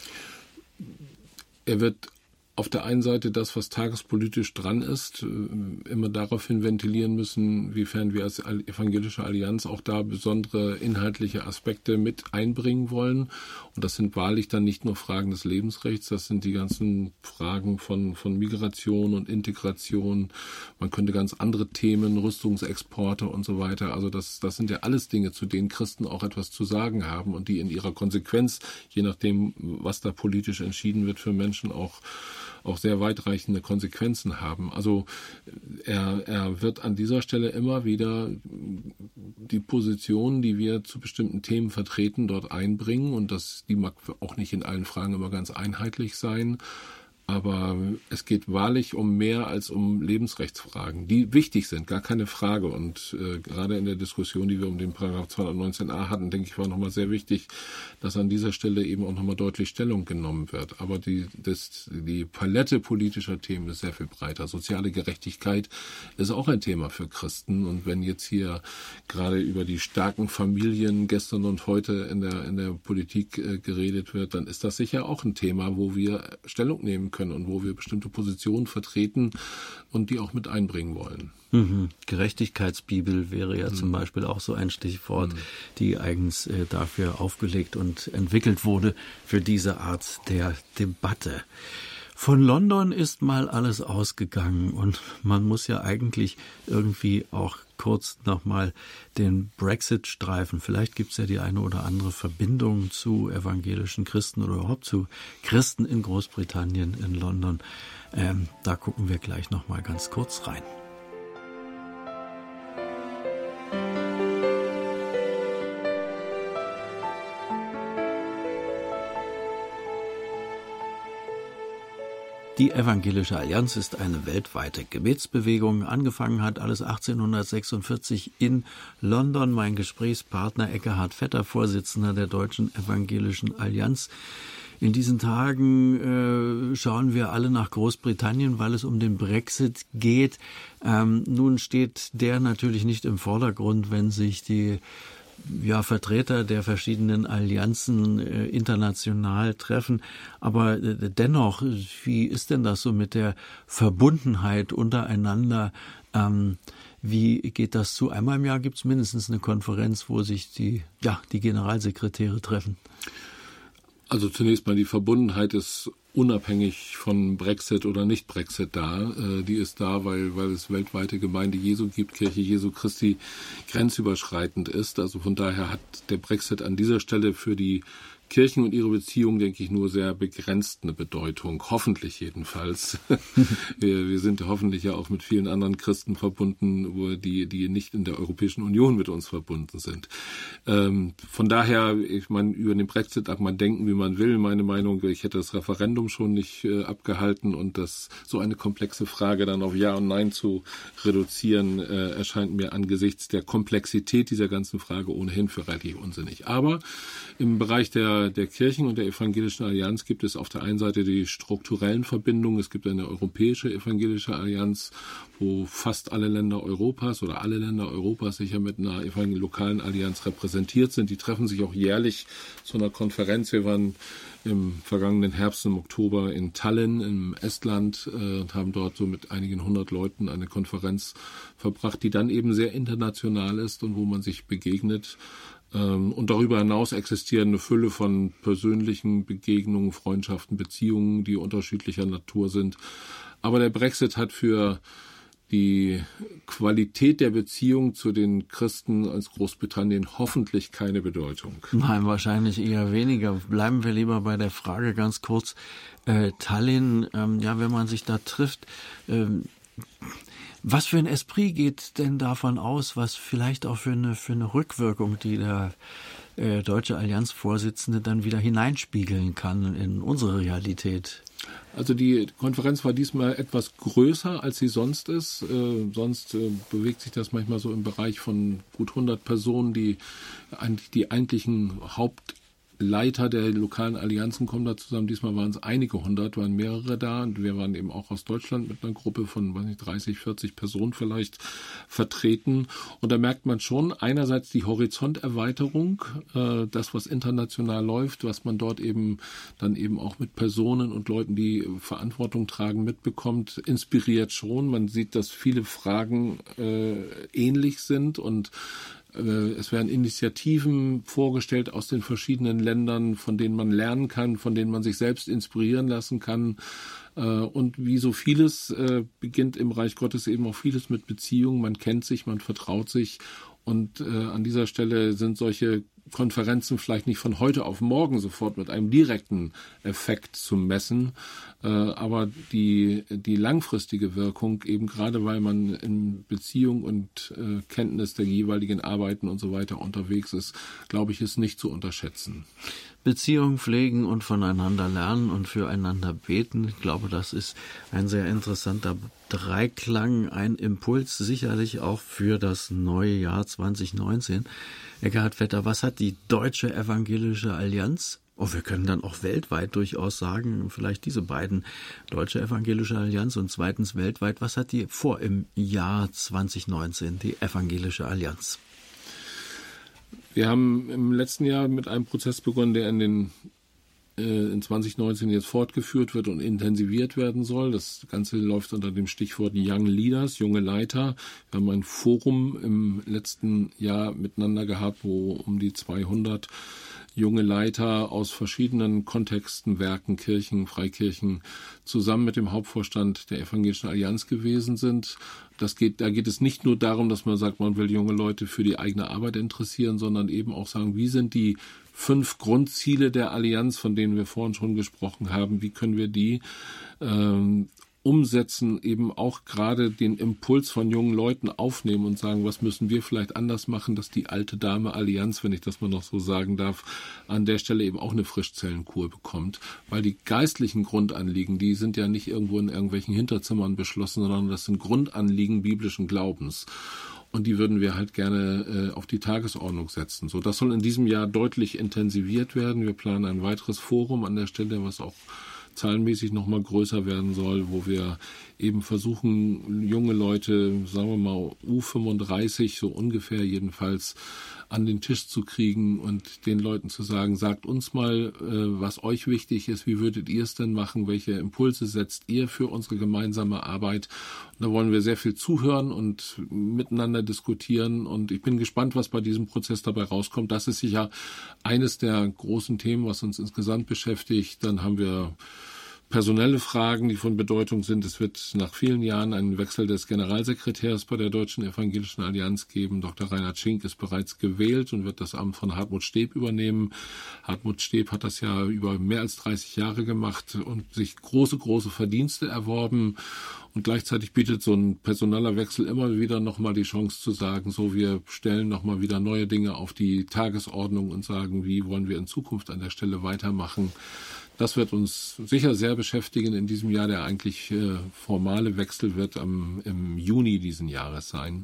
Er wird auf der einen Seite das, was tagespolitisch dran ist, immer daraufhin ventilieren müssen, wiefern wir als Evangelische Allianz auch da besondere inhaltliche Aspekte mit einbringen wollen. Und das sind wahrlich dann nicht nur Fragen des Lebensrechts, das sind die ganzen Fragen von Migration und Integration. Man könnte ganz andere Themen, Rüstungsexporte und so weiter. Also das sind ja alles Dinge, zu denen Christen auch etwas zu sagen haben und die in ihrer Konsequenz, je nachdem, was da politisch entschieden wird, für Menschen auch sehr weitreichende Konsequenzen haben. Also er wird an dieser Stelle immer wieder die Position, die wir zu bestimmten Themen vertreten, dort einbringen, und die mag auch nicht in allen Fragen immer ganz einheitlich sein. Aber es geht wahrlich um mehr als um Lebensrechtsfragen, die wichtig sind, gar keine Frage. Und gerade in der Diskussion, die wir um den Paragraph 219a hatten, denke ich, war nochmal sehr wichtig, dass an dieser Stelle eben auch nochmal deutlich Stellung genommen wird. Aber die Palette politischer Themen ist sehr viel breiter. Soziale Gerechtigkeit ist auch ein Thema für Christen. Und wenn jetzt hier gerade über die starken Familien gestern und heute in der Politik geredet wird, dann ist das sicher auch ein Thema, wo wir Stellung nehmen können und wo wir bestimmte Positionen vertreten und die auch mit einbringen wollen. Gerechtigkeitsbibel wäre ja zum Beispiel auch so ein Stichwort, die eigens dafür aufgelegt und entwickelt wurde für diese Art der Debatte. Von London ist mal alles ausgegangen und man muss ja eigentlich irgendwie auch kurz nochmal den Brexit streifen. Vielleicht gibt es ja die eine oder andere Verbindung zu evangelischen Christen oder überhaupt zu Christen in Großbritannien, in London. Da gucken wir gleich nochmal ganz kurz rein. Die Evangelische Allianz ist eine weltweite Gebetsbewegung. Angefangen hat alles 1846 in London. Mein Gesprächspartner Ekkehard Vetter, Vorsitzender der Deutschen Evangelischen Allianz. In diesen Tagen schauen wir alle nach Großbritannien, weil es um den Brexit geht. Nun steht der natürlich nicht im Vordergrund, wenn sich die Vertreter der verschiedenen Allianzen international treffen. Aber dennoch, wie ist denn das so mit der Verbundenheit untereinander? Wie geht das zu? Einmal im Jahr gibt es mindestens eine Konferenz, wo sich die Generalsekretäre treffen. Also zunächst mal, die Verbundenheit ist unabhängig von Brexit oder Nicht-Brexit da. Die ist da, weil es weltweite Gemeinde Jesu gibt, Kirche Jesu Christi grenzüberschreitend ist. Also von daher hat der Brexit an dieser Stelle für die Kirchen und ihre Beziehungen, denke ich, nur sehr begrenzt eine Bedeutung. Hoffentlich jedenfalls. Wir sind hoffentlich ja auch mit vielen anderen Christen verbunden, die nicht in der Europäischen Union mit uns verbunden sind. Von daher, ich meine, über den Brexit kann man denken, wie man will. Meine Meinung, ich hätte das Referendum schon nicht abgehalten, und das so eine komplexe Frage dann auf Ja und Nein zu reduzieren, erscheint mir angesichts der Komplexität dieser ganzen Frage ohnehin für relativ unsinnig. Aber im Bereich der Kirchen und der Evangelischen Allianz gibt es auf der einen Seite die strukturellen Verbindungen. Es gibt eine europäische Evangelische Allianz, wo fast alle Länder Europas sicher mit einer lokalen Allianz repräsentiert sind. Die treffen sich auch jährlich zu einer Konferenz. Wir waren im vergangenen Herbst, im Oktober in Tallinn, im Estland, und haben dort so mit einigen 100 Leuten eine Konferenz verbracht, die dann eben sehr international ist und wo man sich begegnet. Und darüber hinaus existieren eine Fülle von persönlichen Begegnungen, Freundschaften, Beziehungen, die unterschiedlicher Natur sind. Aber der Brexit hat für die Qualität der Beziehung zu den Christen aus Großbritannien hoffentlich keine Bedeutung. Nein, wahrscheinlich eher weniger. Bleiben wir lieber bei der Frage ganz kurz. Tallinn, wenn man sich da trifft, was für ein Esprit geht denn davon aus, was vielleicht auch für eine Rückwirkung, die der Deutsche Allianzvorsitzende dann wieder hineinspiegeln kann in unsere Realität? Also die Konferenz war diesmal etwas größer, als sie sonst ist. Sonst bewegt sich das manchmal so im Bereich von gut 100 Personen, die eigentlichen Hauptleiter der lokalen Allianzen kommen da zusammen. Diesmal waren es einige 100, waren mehrere da, und wir waren eben auch aus Deutschland mit einer Gruppe von 30, 40 Personen vielleicht vertreten. Und da merkt man schon einerseits die Horizonterweiterung, das, was international läuft, was man dort dann eben auch mit Personen und Leuten, die Verantwortung tragen, mitbekommt, inspiriert schon. Man sieht, dass viele Fragen ähnlich sind, und es werden Initiativen vorgestellt aus den verschiedenen Ländern, von denen man lernen kann, von denen man sich selbst inspirieren lassen kann. Und wie so vieles beginnt im Reich Gottes eben auch vieles mit Beziehungen. Man kennt sich, man vertraut sich. Und an dieser Stelle sind solche Konferenzen vielleicht nicht von heute auf morgen sofort mit einem direkten Effekt zu messen, aber die langfristige Wirkung, eben gerade weil man in Beziehung und Kenntnis der jeweiligen Arbeiten und so weiter unterwegs ist, glaube ich, ist nicht zu unterschätzen. Beziehung pflegen und voneinander lernen und füreinander beten. Ich glaube, das ist ein sehr interessanter Dreiklang, ein Impuls sicherlich auch für das neue Jahr 2019. Ekkehard Vetter, was hat die Deutsche Evangelische Allianz, wir können dann auch weltweit durchaus sagen, vielleicht diese beiden, Deutsche Evangelische Allianz und zweitens weltweit, was hat die vor im Jahr 2019, die Evangelische Allianz? Wir haben im letzten Jahr mit einem Prozess begonnen, der in 2019 jetzt fortgeführt wird und intensiviert werden soll. Das Ganze läuft unter dem Stichwort Young Leaders, junge Leiter. Wir haben ein Forum im letzten Jahr miteinander gehabt, wo um die 200 junge Leiter aus verschiedenen Kontexten, Werken, Kirchen, Freikirchen zusammen mit dem Hauptvorstand der Evangelischen Allianz gewesen sind. Da geht es nicht nur darum, dass man sagt, man will junge Leute für die eigene Arbeit interessieren, sondern eben auch sagen, wie sind die 5 Grundziele der Allianz, von denen wir vorhin schon gesprochen haben, wie können wir die umsetzen, eben auch gerade den Impuls von jungen Leuten aufnehmen und sagen, was müssen wir vielleicht anders machen, dass die alte Dame Allianz, wenn ich das mal noch so sagen darf, an der Stelle eben auch eine Frischzellenkur bekommt. Weil die geistlichen Grundanliegen, die sind ja nicht irgendwo in irgendwelchen Hinterzimmern beschlossen, sondern das sind Grundanliegen biblischen Glaubens. Und die würden wir halt gerne auf die Tagesordnung setzen. So, das soll in diesem Jahr deutlich intensiviert werden. Wir planen ein weiteres Forum an der Stelle, was auch zahlenmäßig noch mal größer werden soll, wo wir eben versuchen, junge Leute, sagen wir mal U35, so ungefähr jedenfalls, an den Tisch zu kriegen und den Leuten zu sagen, sagt uns mal, was euch wichtig ist, wie würdet ihr es denn machen, welche Impulse setzt ihr für unsere gemeinsame Arbeit? Und da wollen wir sehr viel zuhören und miteinander diskutieren und ich bin gespannt, was bei diesem Prozess dabei rauskommt. Das ist sicher eines der großen Themen, was uns insgesamt beschäftigt. Dann haben wir personelle Fragen, die von Bedeutung sind. Es wird nach vielen Jahren einen Wechsel des Generalsekretärs bei der Deutschen Evangelischen Allianz geben. Dr. Reinhard Schink ist bereits gewählt und wird das Amt von Hartmut Steb übernehmen. Hartmut Steb hat das ja über mehr als 30 Jahre gemacht und sich große Verdienste erworben. Und gleichzeitig bietet so ein personeller Wechsel immer wieder nochmal die Chance zu sagen, so wir stellen nochmal wieder neue Dinge auf die Tagesordnung und sagen, wie wollen wir in Zukunft an der Stelle weitermachen. Das wird uns sicher sehr beschäftigen in diesem Jahr. Der eigentlich formale Wechsel wird im Juni diesen Jahres sein.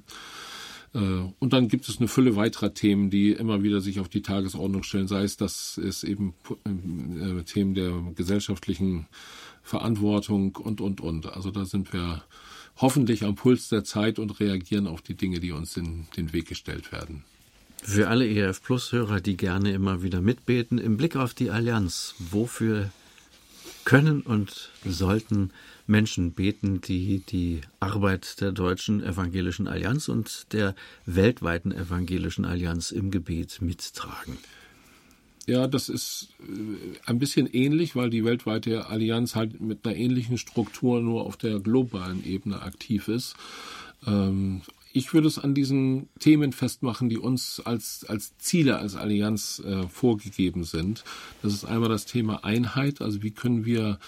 Und dann gibt es eine Fülle weiterer Themen, die immer wieder sich auf die Tagesordnung stellen. Sei es, dass es eben Themen der gesellschaftlichen Verantwortung und. Also da sind wir hoffentlich am Puls der Zeit und reagieren auf die Dinge, die uns in den Weg gestellt werden. Für alle ERF-Plus-Hörer, die gerne immer wieder mitbeten, im Blick auf die Allianz, wofür können und sollten Menschen beten, die die Arbeit der Deutschen Evangelischen Allianz und der weltweiten Evangelischen Allianz im Gebet mittragen? Ja, das ist ein bisschen ähnlich, weil die weltweite Allianz halt mit einer ähnlichen Struktur nur auf der globalen Ebene aktiv ist. Ich würde es an diesen Themen festmachen, die uns als Ziele, als Allianz vorgegeben sind. Das ist einmal das Thema Einheit, also wie können wir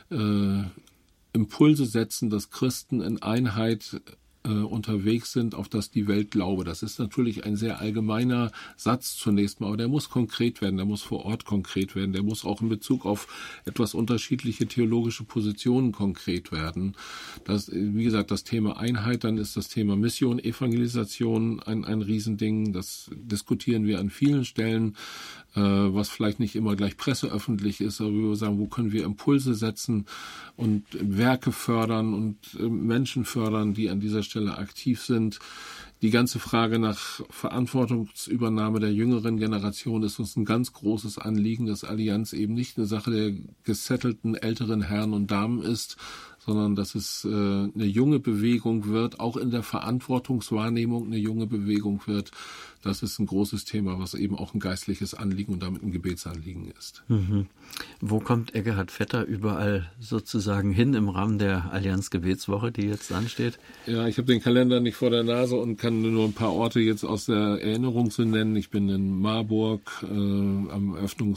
Impulse setzen, dass Christen in Einheit unterwegs sind, auf das die Welt glaube. Das ist natürlich ein sehr allgemeiner Satz zunächst mal, aber der muss konkret werden, der muss vor Ort konkret werden, der muss auch in Bezug auf etwas unterschiedliche theologische Positionen konkret werden. Das, wie gesagt, das Thema Einheit, dann ist das Thema Mission, Evangelisation ein Riesending, das diskutieren wir an vielen Stellen, was vielleicht nicht immer gleich presseöffentlich ist, aber wir sagen, wo können wir Impulse setzen und Werke fördern und Menschen fördern, die an dieser Stelle aktiv sind. Die ganze Frage nach Verantwortungsübernahme der jüngeren Generation ist uns ein ganz großes Anliegen, dass Allianz eben nicht eine Sache der gesettelten älteren Herren und Damen ist, sondern dass es eine junge Bewegung wird, auch in der Verantwortungswahrnehmung eine junge Bewegung wird. Das ist ein großes Thema, was eben auch ein geistliches Anliegen und damit ein Gebetsanliegen ist. Mhm. Wo kommt Eckehard Vetter überall sozusagen hin im Rahmen der Allianz Gebetswoche, die jetzt ansteht? Ja, ich habe den Kalender nicht vor der Nase und kann nur ein paar Orte jetzt aus der Erinnerung zu nennen. Ich bin in Marburg am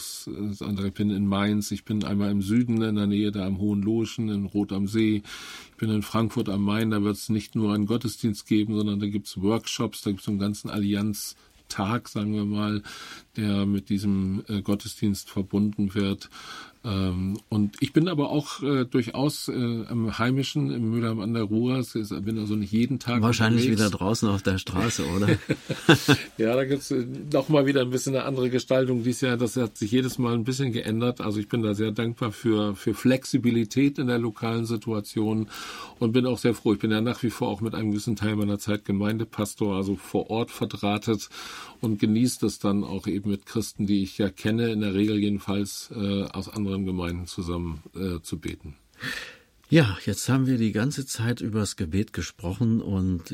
ich bin in Mainz, ich bin einmal im Süden in der Nähe, da am Hohenlohischen, in Roth am See. Ich bin in Frankfurt am Main, da wird es nicht nur einen Gottesdienst geben, sondern da gibt es Workshops, da gibt es einen ganzen Allianz-Tag, sagen wir mal, der mit diesem Gottesdienst verbunden wird. Und ich bin aber auch durchaus am Heimischen, im Mülheim an der Ruhr. Bin also nicht jeden Tag wahrscheinlich unterwegs. Wieder draußen auf der Straße, oder? Ja, da gibt's noch mal wieder ein bisschen eine andere Gestaltung dieses Jahr. Das hat sich jedes Mal ein bisschen geändert. Also ich bin da sehr dankbar für Flexibilität in der lokalen Situation und bin auch sehr froh. Ich bin ja nach wie vor auch mit einem gewissen Teil meiner Zeit Gemeindepastor, also vor Ort verdrahtet und genieße das dann auch eben mit Christen, die ich ja kenne, in der Regel jedenfalls aus anderen Gemeinden zusammen zu beten. Ja, jetzt haben wir die ganze Zeit über das Gebet gesprochen und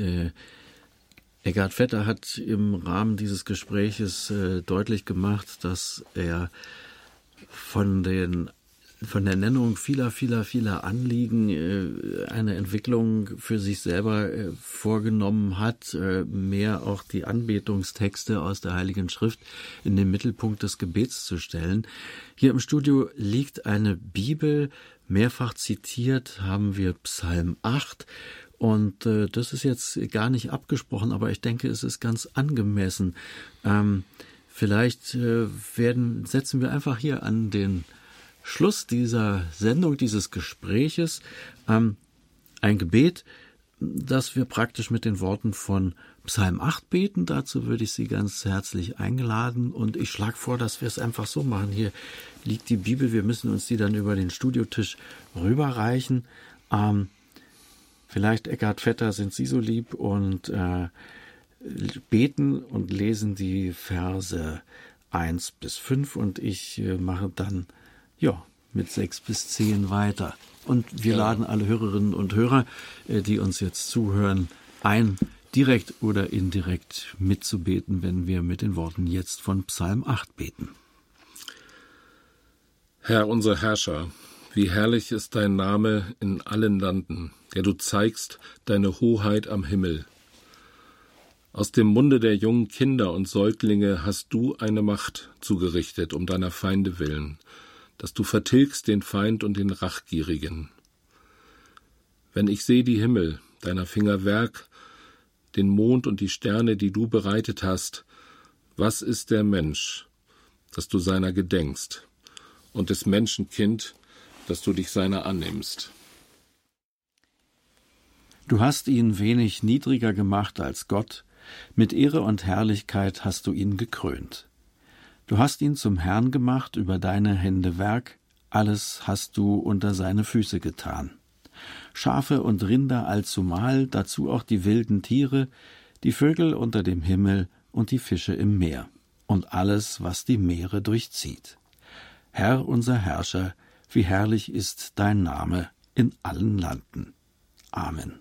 Eckehard Vetter hat im Rahmen dieses Gespräches deutlich gemacht, dass er von den von der Nennung vieler Anliegen eine Entwicklung für sich selber vorgenommen hat, mehr auch die Anbetungstexte aus der Heiligen Schrift in den Mittelpunkt des Gebets zu stellen. Hier im Studio liegt eine Bibel, mehrfach zitiert haben wir Psalm 8. Und das ist jetzt gar nicht abgesprochen, aber ich denke, es ist ganz angemessen. Vielleicht setzen wir einfach hier an den Schluss dieser Sendung, dieses Gespräches, ein Gebet, das wir praktisch mit den Worten von Psalm 8 beten. Dazu würde ich Sie ganz herzlich einladen. Und ich schlage vor, dass wir es einfach so machen. Hier liegt die Bibel, wir müssen uns die dann über den Studiotisch rüberreichen. Vielleicht, Eckhard Vetter, sind Sie so lieb und beten und lesen die Verse 1 bis 5 und ich mache dann mit 6 bis 10 weiter. Und wir laden alle Hörerinnen und Hörer, die uns jetzt zuhören, ein, direkt oder indirekt mitzubeten, wenn wir mit den Worten jetzt von Psalm 8 beten. Herr, unser Herrscher, wie herrlich ist dein Name in allen Landen, der du zeigst deine Hoheit am Himmel. Aus dem Munde der jungen Kinder und Säuglinge hast du eine Macht zugerichtet, um deiner Feinde willen, dass du vertilgst den Feind und den Rachgierigen. Wenn ich sehe die Himmel, deiner Finger Werk, den Mond und die Sterne, die du bereitet hast, was ist der Mensch, dass du seiner gedenkst, und des Menschen Kind, dass du dich seiner annimmst? Du hast ihn wenig niedriger gemacht als Gott, mit Ehre und Herrlichkeit hast du ihn gekrönt. Du hast ihn zum Herrn gemacht über deine Hände Werk, alles hast du unter seine Füße getan. Schafe und Rinder allzumal, dazu auch die wilden Tiere, die Vögel unter dem Himmel und die Fische im Meer und alles, was die Meere durchzieht. Herr, unser Herrscher, wie herrlich ist dein Name in allen Landen. Amen.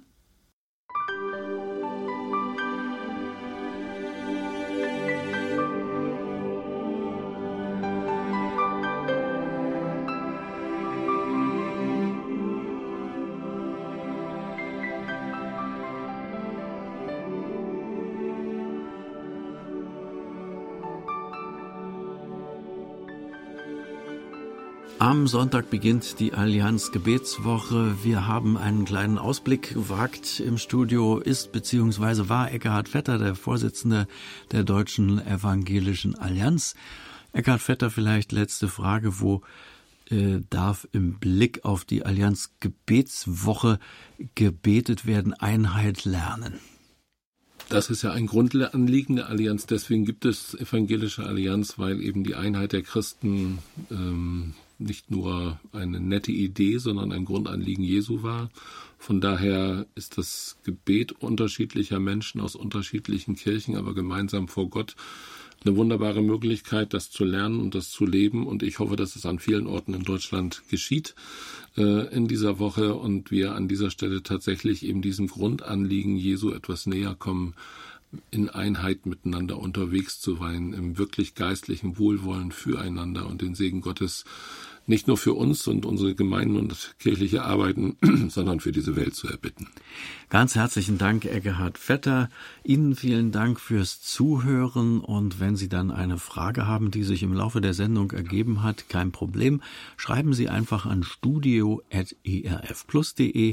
Am Sonntag beginnt die Allianz Gebetswoche. Wir haben einen kleinen Ausblick gewagt. Im Studio ist bzw. war Eckhard Vetter, der Vorsitzende der Deutschen Evangelischen Allianz. Eckhard Vetter, vielleicht letzte Frage, wo darf im Blick auf die Allianz Gebetswoche gebetet werden? Einheit lernen. Das ist ja ein Grundanliegen der Allianz. Deswegen gibt es Evangelische Allianz, weil eben die Einheit der Christen nicht nur eine nette Idee, sondern ein Grundanliegen Jesu war. Von daher ist das Gebet unterschiedlicher Menschen aus unterschiedlichen Kirchen, aber gemeinsam vor Gott, eine wunderbare Möglichkeit, das zu lernen und das zu leben. Und ich hoffe, dass es an vielen Orten in Deutschland geschieht in dieser Woche und wir an dieser Stelle tatsächlich eben diesem Grundanliegen Jesu etwas näher kommen, in Einheit miteinander unterwegs zu sein, im wirklich geistlichen Wohlwollen füreinander und den Segen Gottes nicht nur für uns und unsere Gemeinden und kirchliche Arbeiten, sondern für diese Welt zu erbitten. Ganz herzlichen Dank, Eckhard Vetter. Ihnen vielen Dank fürs Zuhören. Und wenn Sie dann eine Frage haben, die sich im Laufe der Sendung ergeben hat, kein Problem. Schreiben Sie einfach an studio@erfplus.de,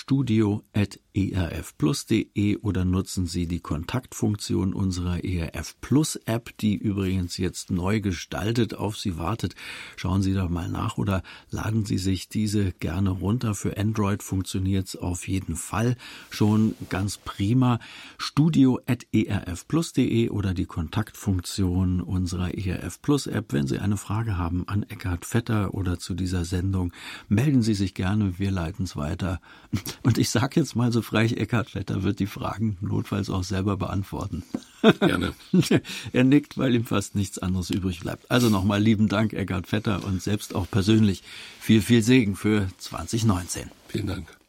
studio@erfplus.de oder nutzen Sie die Kontaktfunktion unserer ERF Plus App, die übrigens jetzt neu gestaltet auf Sie wartet. Schauen Sie doch mal nach oder laden Sie sich diese gerne runter. Für Android funktioniert es auf jeden Fall schon ganz prima. studio@erfplus.de oder die Kontaktfunktion unserer ERF Plus App. Wenn Sie eine Frage haben an Eckhard Vetter oder zu dieser Sendung, melden Sie sich gerne, wir leiten es weiter. Und ich sage jetzt mal so frech, Eckhard Vetter wird die Fragen notfalls auch selber beantworten. Gerne. Er nickt, weil ihm fast nichts anderes übrig bleibt. Also nochmal lieben Dank, Eckhard Vetter, und selbst auch persönlich viel Segen für 2019. Vielen Dank.